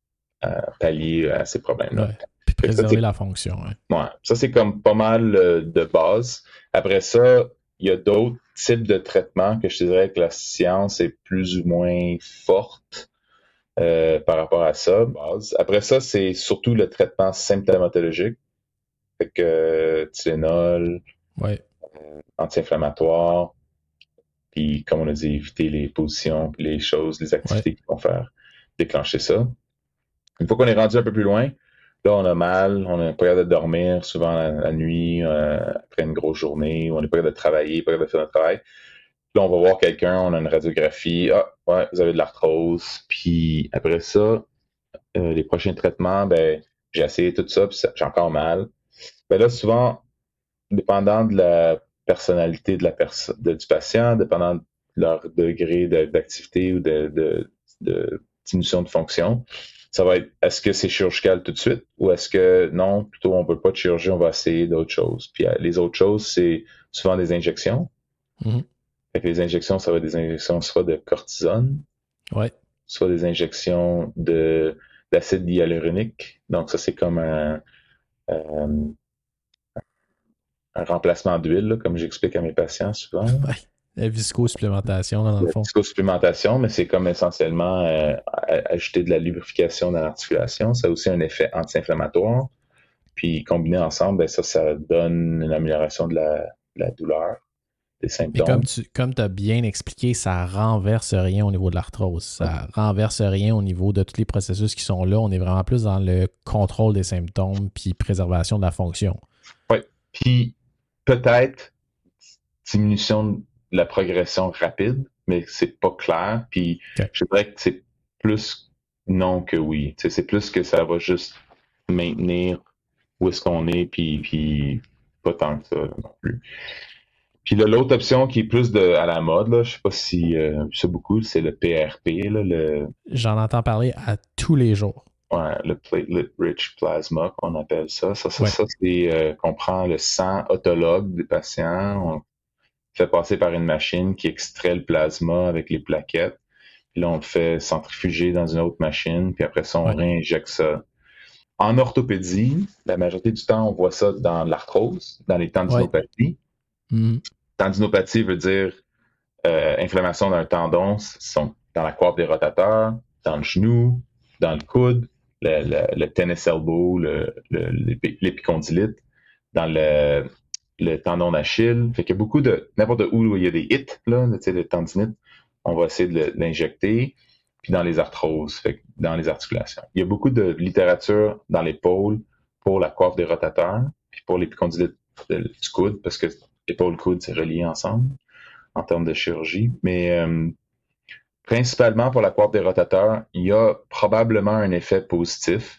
à pallier à ces problèmes-là. Ouais. Puis préserver ça, la fonction. Hein. Ouais. Ça, c'est comme pas mal euh, de base. Après ça, il y a d'autres types de traitements que je dirais que la science est plus ou moins forte euh, par rapport à ça. Base. Après ça, c'est surtout le traitement symptomatologique. Fait que euh, Tylenol, ouais. euh, anti-inflammatoire, puis comme on a dit, éviter les positions, puis les choses, les activités ouais. qui vont faire déclencher ça. Une fois qu'on est rendu un peu plus loin, là, on a mal, on n'est pas capable de dormir souvent la, la nuit, euh, après une grosse journée, on n'est pas capable de travailler, pas capable de faire notre travail. Là, on va voir quelqu'un, on a une radiographie, ah, ouais, vous avez de l'arthrose. Puis après ça, euh, les prochains traitements, ben, j'ai essayé tout ça, puis ça, j'ai encore mal. Ben là, souvent, dépendant de la personnalité de la perso- de, du patient, dépendant de leur degré de, d'activité ou de, de, de diminution de fonction, ça va être, est-ce que c'est chirurgical tout de suite ou est-ce que non, plutôt on ne peut pas de chirurgie, on va essayer d'autres choses. Puis les autres choses, c'est souvent des injections. Mm-hmm. Fait que les injections, ça va être des injections soit de cortisone, ouais. soit des injections de, d'acide hyaluronique. Donc ça, c'est comme un, euh, un remplacement d'huile, là, comme j'explique à mes patients souvent. Ouais. La viscosupplémentation, dans le la fond. La viscosupplémentation, mais c'est comme essentiellement euh, ajouter de la lubrification dans l'articulation. Ça a aussi un effet anti-inflammatoire. Puis combiné ensemble, ben ça, ça donne une amélioration de la, de la douleur, des symptômes. Mais comme tu comme as bien expliqué, ça renverse rien au niveau de l'arthrose. Ça renverse rien au niveau de tous les processus qui sont là. On est vraiment plus dans le contrôle des symptômes puis préservation de la fonction. Oui. Puis peut-être diminution de la progression rapide, mais c'est pas clair. Puis okay. je dirais que c'est plus non que oui. T'sais, c'est plus que ça va juste maintenir où est-ce qu'on est, puis, puis pas tant que ça non plus. Puis là, l'autre option qui est plus de, à la mode, là, je sais pas si euh, c'est beaucoup, c'est le P R P. Là, le... J'en entends parler à tous les jours. Ouais, le platelet rich plasma qu'on appelle ça. Ça, ça, ouais. ça c'est euh, qu'on prend le sang autologue des patients, on fait passer par une machine qui extrait le plasma avec les plaquettes. Puis là, on le fait centrifuger dans une autre machine, puis après ça, on ouais. réinjecte ça. En orthopédie, la majorité du temps, on voit ça dans l'arthrose, dans les tendinopathies. Ouais. Mm-hmm. Tendinopathie veut dire euh, inflammation d'un tendon, sont dans la coiffe des rotateurs, dans le genou, dans le coude, le, le, le tennis elbow, le, le, l'épicondylite, dans le, le tendon d'Achille. Fait qu'il y a beaucoup de, n'importe où il y a des hits, là, tu sais, le tendinite, on va essayer de l'injecter. Puis dans les arthroses, fait, dans les articulations. Il y a beaucoup de littérature dans l'épaule pour la coiffe des rotateurs, puis pour l'épicondylite du coude, parce que épaule-coude, c'est relié ensemble en termes de chirurgie. Mais euh, principalement pour la coiffe des rotateurs, il y a probablement un effet positif.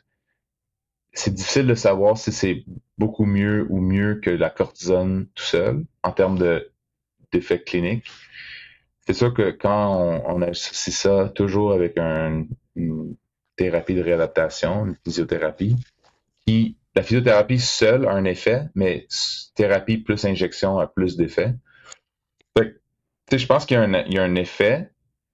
C'est difficile de savoir si c'est beaucoup mieux ou mieux que la cortisone tout seul en termes de, d'effet clinique. C'est sûr que quand on, on associe ça toujours avec un, une thérapie de réadaptation, une physiothérapie, qui, la physiothérapie seule a un effet, mais thérapie plus injection a plus d'effet. Fait que, je pense qu'il y a, un, il y a un effet,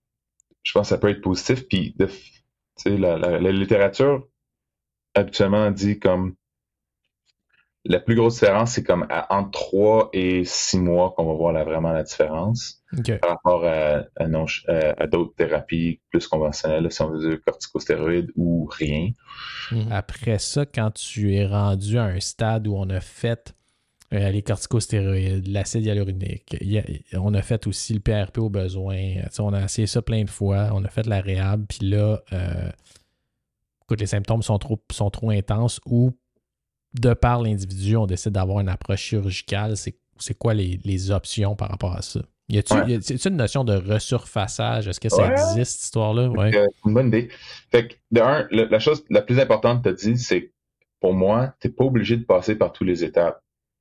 je pense que ça peut être positif, puis de, la, la, la littérature habituellement dit comme la plus grosse différence, c'est comme à, entre trois et six mois qu'on va voir là, vraiment la différence okay. par rapport à, à, non, à d'autres thérapies plus conventionnelles, si on veut dire corticostéroïdes ou rien. Après ça, quand tu es rendu à un stade où on a fait euh, les corticostéroïdes, l'acide hyaluronique, y a, on a fait aussi le P R P au besoin, on a essayé ça plein de fois, on a fait la réhab, puis là, euh, écoute, les symptômes sont trop, sont trop intenses ou de par l'individu, on décide d'avoir une approche chirurgicale. C'est, c'est quoi les, les options par rapport à ça? Y a-tu, ouais. y a-tu une notion de resurfaçage? Est-ce que ça ouais. existe, cette histoire-là? Ouais. C'est une bonne idée. Fait que, de un, le, la chose la plus importante que tu as dit, c'est pour moi, tu n'es pas obligé de passer par toutes les étapes.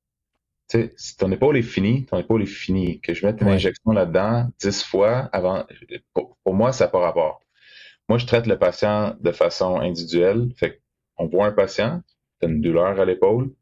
Tu sais, si ton épaule est finie, ton épaule est finie. Que je mette une ouais. injection là-dedans dix fois avant, pour, pour moi, ça n'a pas rapport. Moi, je traite le patient de façon individuelle. Fait qu'on voit un patient, tu as une douleur à l'épaule,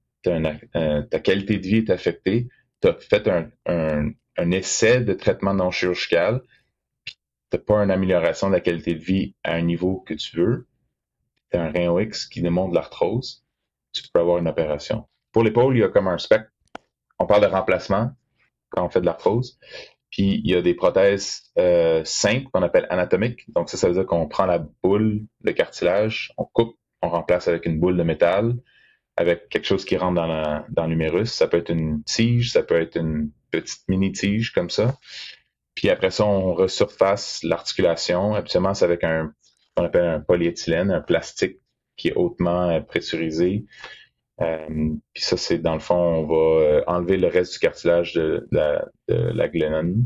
un, ta qualité de vie est affectée, tu as fait un, un, un essai de traitement non chirurgical, puis tu n'as pas une amélioration de la qualité de vie à un niveau que tu veux, tu as un rayon X qui démontre de l'arthrose, tu peux avoir une opération. Pour l'épaule, il y a comme un spectre. On parle de remplacement quand on fait de l'arthrose. Puis, il y a des prothèses euh, simples qu'on appelle anatomiques. Donc, ça, ça veut dire qu'on prend la boule, le cartilage, on coupe, on remplace avec une boule de métal, avec quelque chose qui rentre dans, la, dans l'humérus. Ça peut être une tige, ça peut être une petite mini-tige comme ça. Puis après ça, on resurface l'articulation. Habituellement, c'est avec un, qu'on appelle un polyéthylène, un plastique qui est hautement pressurisé. Euh, puis ça, c'est dans le fond, on va euh, enlever le reste du cartilage de, de, la, de la glénone,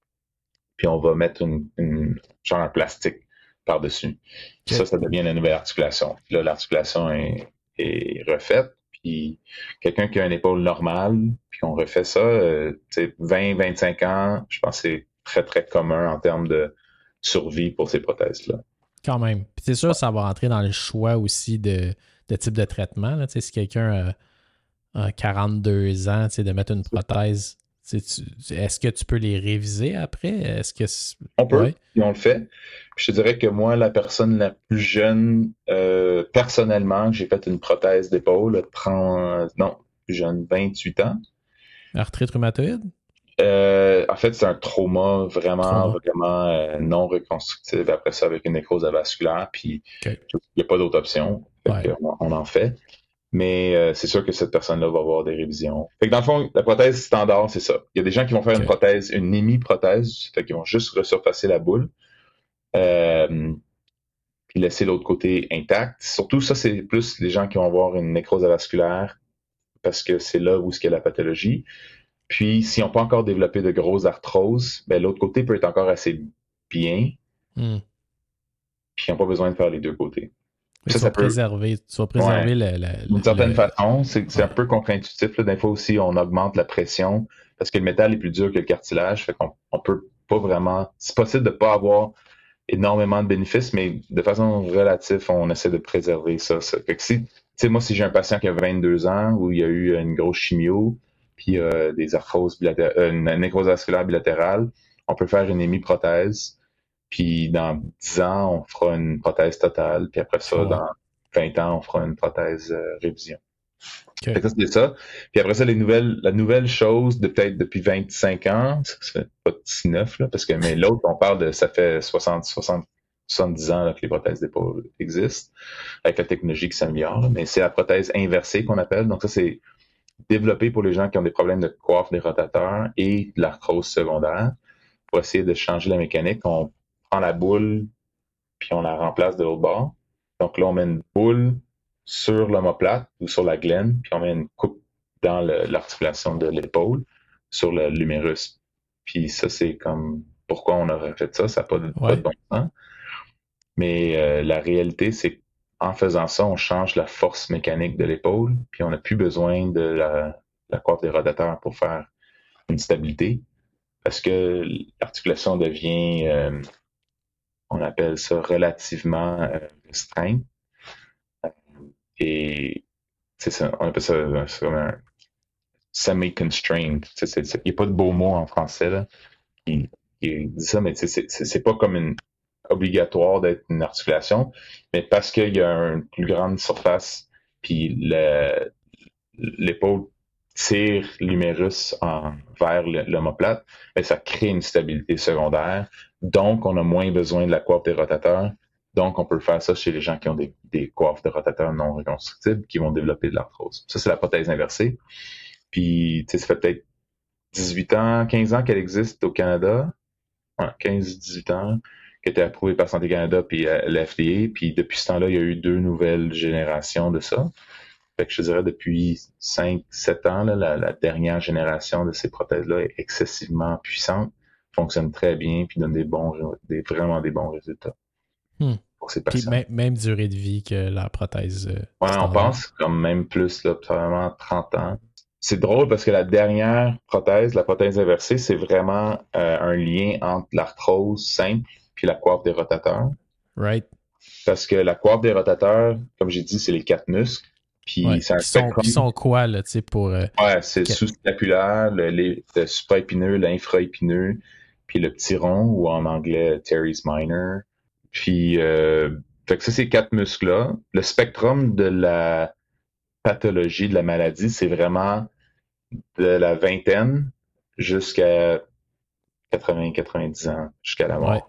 puis on va mettre une, une genre un plastique par-dessus. Puis ça, ça devient la nouvelle articulation. Puis là, l'articulation est, est refaite, puis quelqu'un qui a une épaule normale, puis on refait ça, euh, tu sais, vingt à vingt-cinq ans, je pense que c'est très, très commun en termes de survie pour ces prothèses-là. Quand même. Puis c'est sûr, ça va rentrer dans le choix aussi de de type de traitement. Là. Si quelqu'un a, a quarante-deux ans, de mettre une prothèse, tu, est-ce que tu peux les réviser après? Est-ce que c'est... On peut, ouais. Et on le fait. Puis je te dirais que moi, la personne la plus jeune, euh, personnellement, j'ai fait une prothèse d'épaule, trente, non, plus jeune, vingt-huit ans. Arthrite rhumatoïde? Euh, en fait, c'est un trauma vraiment, trauma. vraiment euh, non reconstructible. Après ça, avec une nécrose avasculaire, puis il okay. n'y a pas d'autre option. Ouais. On, on en fait. Mais euh, c'est sûr que cette personne-là va avoir des révisions. Fait que dans le fond, la prothèse standard, c'est ça. Il y a des gens qui vont faire okay. une prothèse, une hémi-prothèse, fait qu'ils vont juste resurfacer la boule, euh, puis laisser l'autre côté intact. Surtout, ça, c'est plus les gens qui vont avoir une nécrose avasculaire, parce que c'est là où est-ce qu'il y a la pathologie. Puis, s'ils n'ont pas encore développé de grosses arthroses, ben, l'autre côté peut être encore assez bien, mm. puis ils n'ont pas besoin de faire les deux côtés. Ça, tu, ça vas peut... préserver, tu vas préserver ouais. le, le, D'une certaine le... façon, c'est, c'est ouais. un peu contre-intuitif. Là. Des fois aussi, on augmente la pression parce que le métal est plus dur que le cartilage. Fait qu'on on peut pas vraiment... C'est possible de ne pas avoir énormément de bénéfices, mais de façon relative, on essaie de préserver ça. ça. Fait que si, tu sais, moi, si j'ai un patient qui a vingt-deux ans, où il y a eu une grosse chimio, puis euh, des arthroses bilatérales, euh, une nécrose vasculaire bilatérale, on peut faire une hémiprothèse. Puis dans dix ans, on fera une prothèse totale. Puis après ça, ouais. dans vingt ans, on fera une prothèse euh, révision. Okay. Fait que ça, c'est ça. Puis après ça, les nouvelles, la nouvelle chose de peut-être depuis vingt-cinq ans, ça fait pas dix-neuf, là, parce que mais l'autre, on parle de ça fait soixante, soixante, soixante-dix ans là, que les prothèses d'épaule existent, avec la technologie qui s'améliore. Mais c'est la prothèse inversée qu'on appelle. Donc ça, c'est développé pour les gens qui ont des problèmes de coiffe des rotateurs et de l'arthrose secondaire. Pour essayer de changer la mécanique, on prend la boule, puis on la remplace de l'autre bord. Donc là, on met une boule sur l'omoplate ou sur la glène, puis on met une coupe dans le, l'articulation de l'épaule, sur le, l'humérus. Puis ça, c'est comme pourquoi on aurait fait ça, ça n'a pas, ouais. pas de bon sens. Mais euh, la réalité, c'est qu'en faisant ça, on change la force mécanique de l'épaule, puis on n'a plus besoin de la, la coiffe des rotateurs pour faire une stabilité, parce que l'articulation devient... Euh, on appelle ça relativement euh, restreint. Et c'est ça, on appelle ça c'est comme un semi-constrained. Il n'y a pas de beau mot en français là, qui, qui dit ça, mais c'est, c'est, c'est pas comme une obligatoire d'être une articulation, mais parce qu'il y a une plus grande surface, puis le, l'épaule tire l'humérus en, vers l'omoplate, mais ça crée une stabilité secondaire. Donc, on a moins besoin de la coiffe des rotateurs. Donc, on peut faire ça chez les gens qui ont des, des coiffes de rotateurs non reconstructibles qui vont développer de l'arthrose. Ça, c'est la prothèse inversée. Puis, tu sais, ça fait peut-être dix-huit ans, quinze ans qu'elle existe au Canada. Ouais, quinze dix-huit ans, qui a été approuvée par Santé Canada puis euh, l'F D A. Puis, depuis ce temps-là, il y a eu deux nouvelles générations de ça. Fait que je dirais depuis cinq sept ans, là, la, la dernière génération de ces prothèses-là est excessivement puissante, fonctionne très bien, puis donne des bons, des, vraiment des bons résultats hmm. pour ces Puis patients. même, même durée de vie que la prothèse. Euh, ouais, on pense comme même plus, là, probablement trente ans. C'est drôle parce que la dernière prothèse, la prothèse inversée, c'est vraiment euh, un lien entre l'arthrose simple puis la coiffe des rotateurs. Right. Parce que la coiffe des rotateurs, comme j'ai dit, c'est les quatre muscles. Puis ouais, c'est un qui, sont, spectrum. qui sont quoi, là, tu sais, pour... Euh, ouais, c'est que... le sous-scapulaire, le, le, le supraépineux, l'infraépineux, puis le petit rond, ou en anglais, teres minor. Puis, euh, fait que ça, ces quatre muscles-là. Le spectrum de la pathologie, de la maladie, c'est vraiment de la vingtaine jusqu'à quatre-vingts quatre-vingt-dix ans, jusqu'à la mort. Ouais.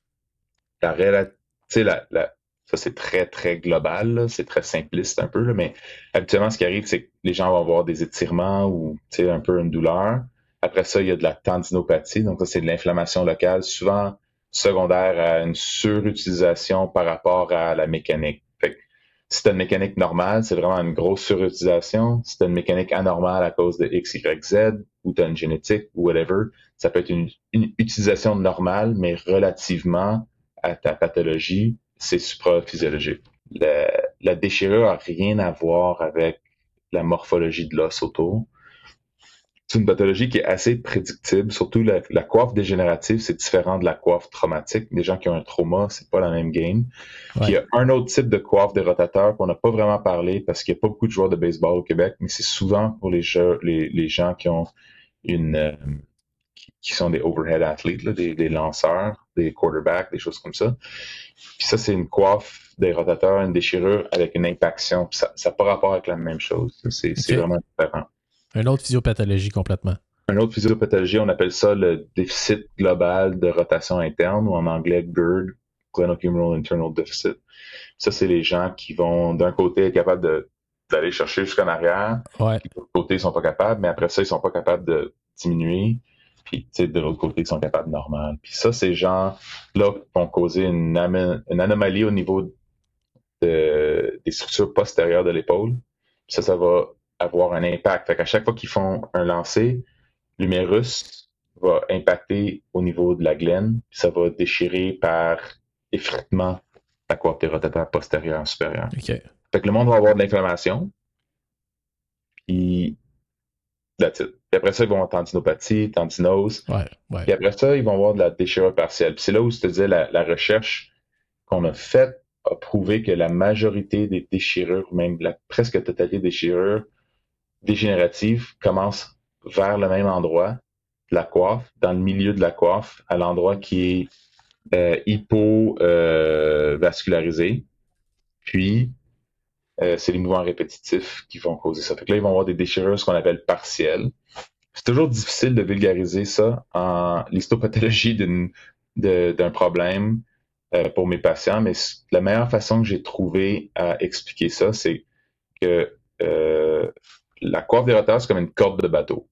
La réalité, la, la, ça c'est très très global, là. C'est très simpliste un peu, là, mais habituellement ce qui arrive c'est que les gens vont avoir des étirements ou un peu une douleur. Après ça, il y a de la tendinopathie, donc ça c'est de l'inflammation locale, souvent secondaire à une surutilisation par rapport à la mécanique. Fait que, si tu as une mécanique normale, c'est vraiment une grosse surutilisation. Si tu as une mécanique anormale à cause de X, Y, Z, ou tu as une génétique, ou whatever, ça peut être une, une utilisation normale, mais relativement à ta pathologie, c'est supraphysiologique. La, la déchirure n'a rien à voir avec la morphologie de l'os autour. C'est une pathologie qui est assez prédictible, surtout la, la coiffe dégénérative, c'est différent de la coiffe traumatique. Les gens qui ont un trauma, c'est pas la même game. Ouais. Puis il y a un autre type de coiffe des rotateurs qu'on n'a pas vraiment parlé parce qu'il n'y a pas beaucoup de joueurs de baseball au Québec, mais c'est souvent pour les, jeux, les, les gens qui ont une... Euh, qui sont des overhead athletes, là, des, des lanceurs, des quarterbacks, des choses comme ça. Puis ça, c'est une coiffe des rotateurs, une déchirure avec une impaction. Puis ça n'a pas rapport avec la même chose. C'est, okay. c'est vraiment différent. Une autre physiopathologie complètement. Une autre physiopathologie, on appelle ça le déficit global de rotation interne, ou en anglais G I R D, Glenohumeral Internal Deficit. Ça, c'est les gens qui vont, d'un côté, être capables de, d'aller chercher jusqu'en arrière, ouais. puis de l'autre côté, ils sont pas capables, mais après ça, ils sont pas capables de diminuer. Puis, tu sais, de l'autre côté, ils sont capables normal. Puis ça, ces gens-là vont causer une, am- une anomalie au niveau de, des structures postérieures de l'épaule. Puis ça, ça va avoir un impact. Fait qu'à chaque fois qu'ils font un lancer, l'humérus va impacter au niveau de la glène. Puis ça va déchirer par effritement la coiffe des rotateurs postérieure supérieure. Okay. Fait que le monde va avoir de l'inflammation. Puis that's it. Puis après ça, ils vont avoir tendinopathie, tendinose. Ouais, ouais. Puis après ça, ils vont avoir de la déchirure partielle. Puis c'est là où je te disais, la, la recherche qu'on a faite a prouvé que la majorité des déchirures, même la presque totalité des déchirures dégénératives, commencent vers le même endroit, la coiffe, dans le milieu de la coiffe, à l'endroit qui est euh, hypovascularisé. Euh, Puis, euh, c'est les mouvements répétitifs qui vont causer ça. Fait que là, ils vont avoir des déchirures, ce qu'on appelle partielles. C'est toujours difficile de vulgariser ça en l'histopathologie d'une, de, d'un problème euh, pour mes patients, mais la meilleure façon que j'ai trouvé à expliquer ça, c'est que euh, la coiffe des rotateurs, c'est comme une corde de bateau.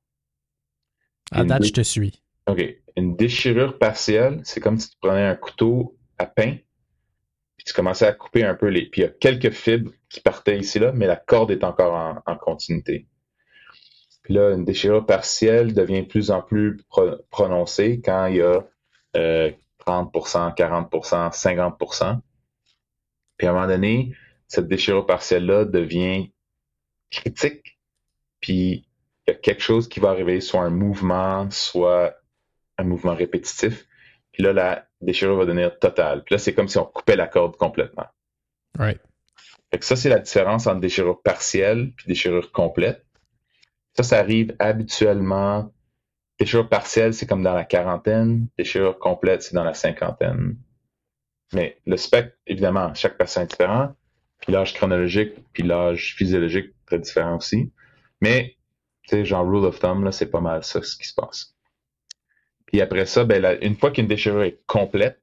À date, dé... je te suis. OK. Une déchirure partielle, c'est comme si tu prenais un couteau à pain, puis tu commençais à couper un peu les... Puis il y a quelques fibres qui partaient ici, là, mais la corde est encore en, en continuité. Puis là, une déchirure partielle devient de plus en plus pro- prononcée quand il y a euh, trente pour cent, quarante pour cent, cinquante pour cent. Puis à un moment donné, cette déchirure partielle-là devient critique. Puis il y a quelque chose qui va arriver, soit un mouvement, soit un mouvement répétitif. Puis là, la déchirure va devenir totale. Puis là, c'est comme si on coupait la corde complètement. Right. Fait que ça, c'est la différence entre déchirure partielle puis déchirure complète. Ça, ça arrive habituellement. Déchirure partielle, c'est comme dans la quarantaine. Déchirure complète, c'est dans la cinquantaine. Mais le spectre, évidemment, chaque patient est différent. Puis l'âge chronologique, puis l'âge physiologique, très différent aussi. Mais, tu sais, genre rule of thumb, là, c'est pas mal ça ce qui se passe. Puis après ça, ben, la, une fois qu'une déchirure est complète,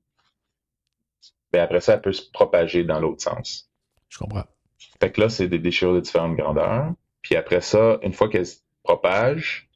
ben après ça, elle peut se propager dans l'autre sens. Je comprends. Fait que là, c'est des déchirures de différentes grandeurs. Puis après ça, une fois qu'elle se propage,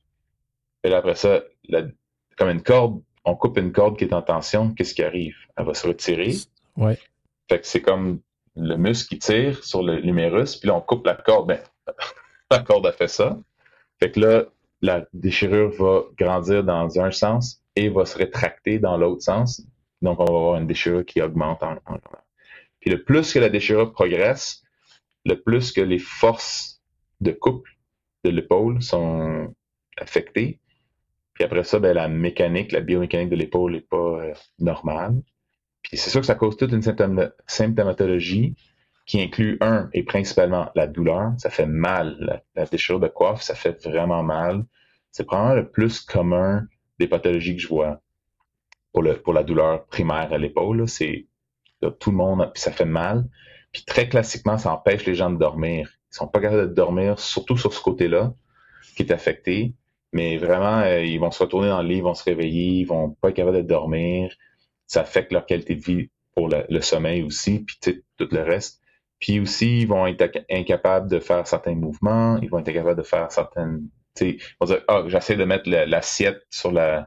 et après ça, la, comme une corde, on coupe une corde qui est en tension, qu'est-ce qui arrive? Elle va se retirer. Ouais. Fait que c'est comme le muscle qui tire sur le l'humérus, puis là, on coupe la corde. Ben, la corde a fait ça. Fait que là, la déchirure va grandir dans un sens et va se rétracter dans l'autre sens. Donc, on va avoir une déchirure qui augmente en grandeur. Puis le plus que la déchirure progresse, le plus que les forces de couple de l'épaule sont affectées. Puis après ça, ben, la mécanique, la biomécanique de l'épaule n'est pas euh, normale. Puis c'est sûr que ça cause toute une symptôme- symptomatologie qui inclut, un, et principalement la douleur. Ça fait mal. La, la déchirure de coiffe, ça fait vraiment mal. C'est probablement le plus commun des pathologies que je vois pour, le, pour la douleur primaire à l'épaule. C'est là, tout le monde, puis ça fait mal. Puis très classiquement, ça empêche les gens de dormir. Ils sont pas capables de dormir, surtout sur ce côté-là, qui est affecté. Mais vraiment, euh, ils vont se retourner dans le lit, ils vont se réveiller, ils vont pas être capables de dormir. Ça affecte leur qualité de vie pour le, le sommeil aussi, puis tout le reste. Puis aussi, ils vont être incapables de faire certains mouvements, ils vont être incapables de faire certaines... Ils vont dire, ah, j'essaie de mettre l'assiette sur la,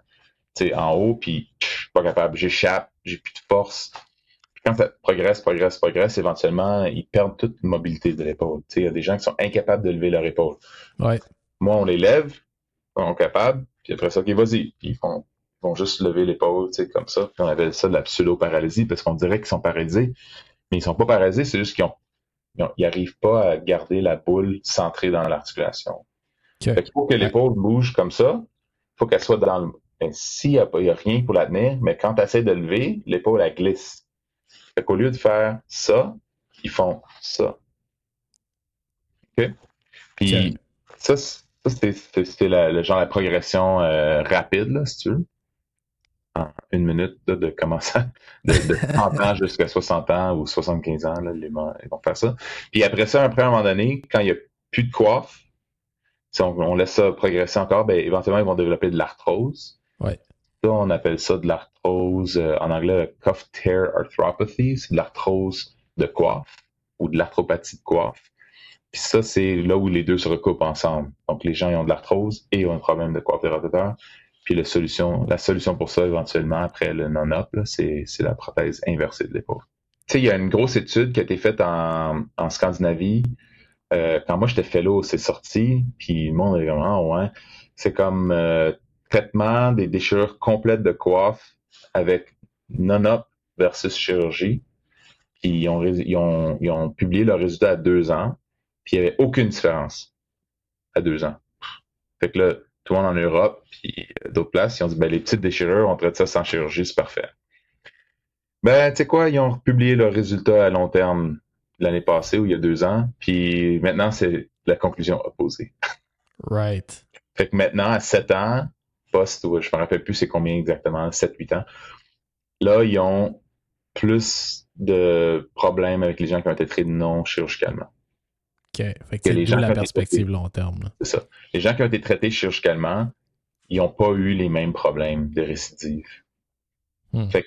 en haut, puis je suis pas capable, j'échappe, j'ai plus de force. Puis quand ça progresse, progresse, progresse, éventuellement, ils perdent toute mobilité de l'épaule. Il y a des gens qui sont incapables de lever leur épaule. Ouais. Moi, on les lève, ils sont capables, puis après ça, OK, vas-y. Puis ils font, ils vont juste lever l'épaule, tu sais, comme ça. Puis on appelle ça de la pseudo-paralysie, parce qu'on dirait qu'ils sont paralysés. Mais ils sont pas paralysés, c'est juste qu'ils ont, ils, ont, ils arrivent pas à garder la boule centrée dans l'articulation. Okay. Fait qu'il faut que l'épaule bouge comme ça, il faut qu'elle soit dans le... Ben, s'il n'y a, a rien pour la tenir, mais quand tu essaies de lever, l'épaule, elle glisse. Fait qu'au lieu de faire ça, ils font ça. OK? Puis okay. ça, ça c'est le genre de progression euh, rapide, là, si tu veux. En une minute, là, de commencer de, de trente ans jusqu'à soixante ans ou soixante-quinze ans, là, les, ils vont faire ça. Puis après ça, après, à un moment donné, quand il n'y a plus de coiffe, si on, on laisse ça progresser encore, ben, éventuellement, ils vont développer de l'arthrose. Ouais. Ça, on appelle ça de l'arthrose, euh, en anglais, cuff tear arthropathy. C'est de l'arthrose de coiffe ou de l'arthropathie de coiffe. Puis ça, c'est là où les deux se recoupent ensemble. Donc, les gens ils ont de l'arthrose et ils ont un problème de coiffe des rotateurs. Puis la solution, la solution pour ça, éventuellement, après le non-op, c'est la prothèse inversée de l'épaule. Tu sais, il y a une grosse étude qui a été faite en, en Scandinavie. Euh, quand moi, j'étais fellow, c'est sorti. Puis le monde est vraiment, ouais. C'est comme euh, traitement des déchirures complètes de coiffe avec non-op versus chirurgie. Puis ils ont, ils ont, ils ont publié leurs résultats à deux ans. Puis il n'y avait aucune différence à deux ans. Fait que là, tout le monde en Europe, puis d'autres places, ils ont dit, ben, les petites déchirures, on traite ça sans chirurgie, c'est parfait. Ben, tu sais quoi, ils ont publié leurs résultats à long terme l'année passée ou il y a deux ans, puis maintenant, c'est la conclusion opposée. Right. Fait que maintenant, à sept ans, post, je me rappelle plus c'est combien exactement, sept huit ans, là, ils ont plus de problèmes avec les gens qui ont été traités non chirurgicalement. OK. Fait que, que les gens la perspective long terme. C'est ça. Les gens qui ont été traités chirurgicalement, ils n'ont pas eu les mêmes problèmes de récidive. Hmm. Fait que,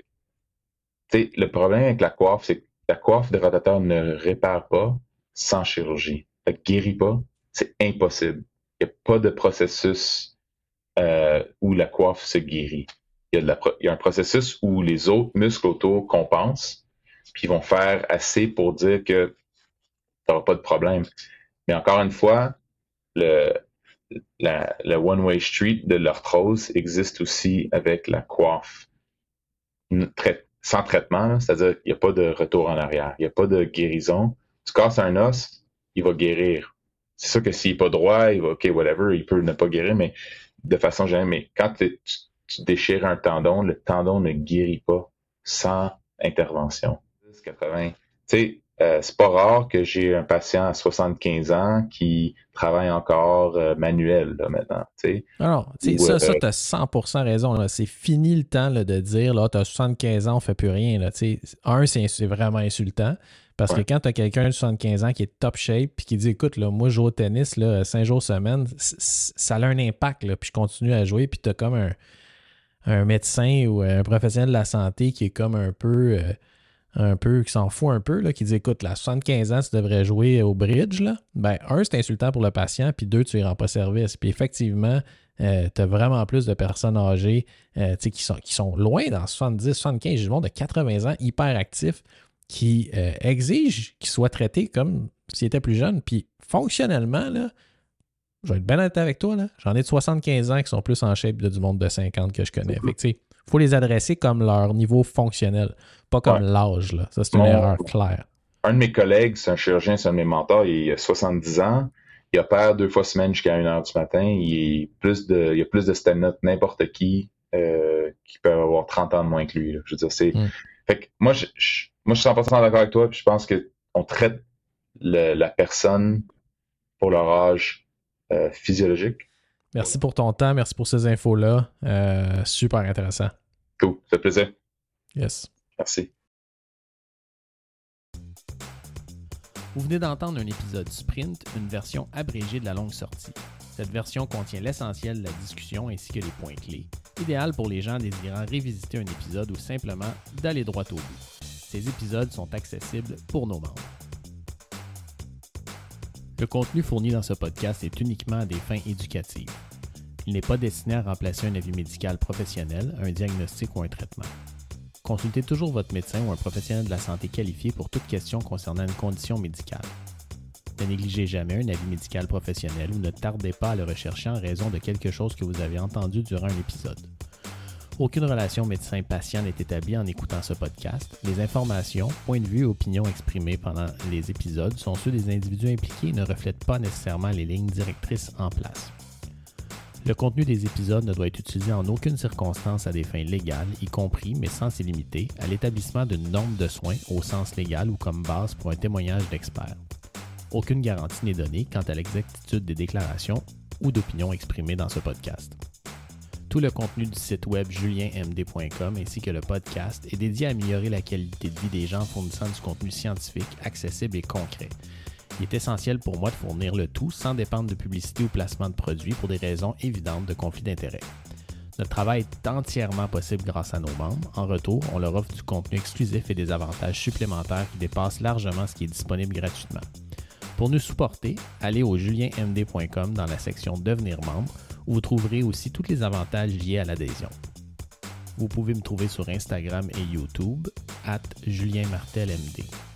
tu sais, le problème avec la coiffe, c'est que la coiffe de rotateur ne répare pas sans chirurgie. Elle ne guérit pas. C'est impossible. Il n'y a pas de processus euh, où la coiffe se guérit. Il y, a de la, il y a un processus où les autres muscles autour compensent, puis ils vont faire assez pour dire que tu n'auras pas de problème. Mais encore une fois, le, la, le one-way street de l'arthrose existe aussi avec la coiffe. Trai- sans traitement, c'est-à-dire qu'il n'y a pas de retour en arrière, il n'y a pas de guérison. Tu casses un os, il va guérir. C'est sûr que s'il n'est pas droit, il va, OK, whatever, il peut ne pas guérir, mais de façon générale, mais quand tu, tu déchires un tendon, le tendon ne guérit pas sans intervention. quatre-vingts. Tu sais, Euh, c'est pas rare que j'ai un patient à soixante-quinze ans qui travaille encore euh, manuel là, maintenant. T'sais. Alors, Ou, ça, euh, ça tu as cent pour cent raison. C'est fini le temps là, de dire là, tu as soixante-quinze ans, on ne fait plus rien. Là, un, c'est vraiment insultant. Parce ouais. que quand tu as quelqu'un de soixante-quinze ans qui est top shape puis qui dit écoute, là, moi je joue au tennis là, cinq jours semaine, c- c- ça a un impact, là, puis je continue à jouer, puis tu as comme un, un médecin ou un professionnel de la santé qui est comme un peu, euh, un peu, qui s'en fout un peu, là, qui dit écoute, là, soixante-quinze ans, tu devrais jouer au bridge, là. Ben, un, c'est insultant pour le patient, puis deux, tu ne rends pas service. Puis effectivement, euh, tu as vraiment plus de personnes âgées euh, qui, sont, qui sont loin dans soixante-dix, soixante-quinze, j'ai du monde de quatre-vingts ans, hyper actifs, qui euh, exigent qu'ils soient traités comme s'ils étaient plus jeunes. Puis fonctionnellement, là, je vais être bien honnête avec toi, là, j'en ai de soixante-quinze ans qui sont plus en shape de du monde de cinquante que je connais. Fait que, tu sais, il faut les adresser comme leur niveau fonctionnel, pas comme Ouais. l'âge. Là. Ça, c'est une Mon, erreur claire. Un de mes collègues, c'est un chirurgien, c'est un de mes mentors, il a soixante-dix ans, il opère deux fois semaine jusqu'à une heure du matin, il, est plus de, il a plus de stamina que n'importe qui euh, qui peut avoir trente ans de moins que lui. Là. Je veux dire, c'est... Mm. Fait que moi, je, je, moi, je suis cent pour cent d'accord avec toi, puis je pense qu'on traite le, la personne pour leur âge euh, physiologique. Merci pour ton temps, merci pour ces infos-là. Euh, super intéressant. Cool, ça fait plaisir. Yes. Merci. Vous venez d'entendre un épisode sprint, une version abrégée de la longue sortie. Cette version contient l'essentiel de la discussion ainsi que les points clés, idéal pour les gens désirant révisiter un épisode ou simplement d'aller droit au but. Ces épisodes sont accessibles pour nos membres. Le contenu fourni dans ce podcast est uniquement à des fins éducatives. Il n'est pas destiné à remplacer un avis médical professionnel, un diagnostic ou un traitement. Consultez toujours votre médecin ou un professionnel de la santé qualifié pour toute question concernant une condition médicale. Ne négligez jamais un avis médical professionnel ou ne tardez pas à le rechercher en raison de quelque chose que vous avez entendu durant un épisode. Aucune relation médecin-patient n'est établie en écoutant ce podcast. Les informations, points de vue et opinions exprimés pendant les épisodes sont ceux des individus impliqués et ne reflètent pas nécessairement les lignes directrices en place. Le contenu des épisodes ne doit être utilisé en aucune circonstance à des fins légales, y compris, mais sans s'y limiter, à l'établissement d'une norme de soins au sens légal ou comme base pour un témoignage d'expert. Aucune garantie n'est donnée quant à l'exactitude des déclarations ou d'opinions exprimées dans ce podcast. Tout le contenu du site web julien m d point com ainsi que le podcast est dédié à améliorer la qualité de vie des gens en fournissant du contenu scientifique, accessible et concret. Il est essentiel pour moi de fournir le tout sans dépendre de publicité ou placement de produits pour des raisons évidentes de conflit d'intérêts. Notre travail est entièrement possible grâce à nos membres. En retour, on leur offre du contenu exclusif et des avantages supplémentaires qui dépassent largement ce qui est disponible gratuitement. Pour nous supporter, allez au julien m d point com dans la section « Devenir membre » où vous trouverez aussi tous les avantages liés à l'adhésion. Vous pouvez me trouver sur Instagram et YouTube, arobase julien martel m d.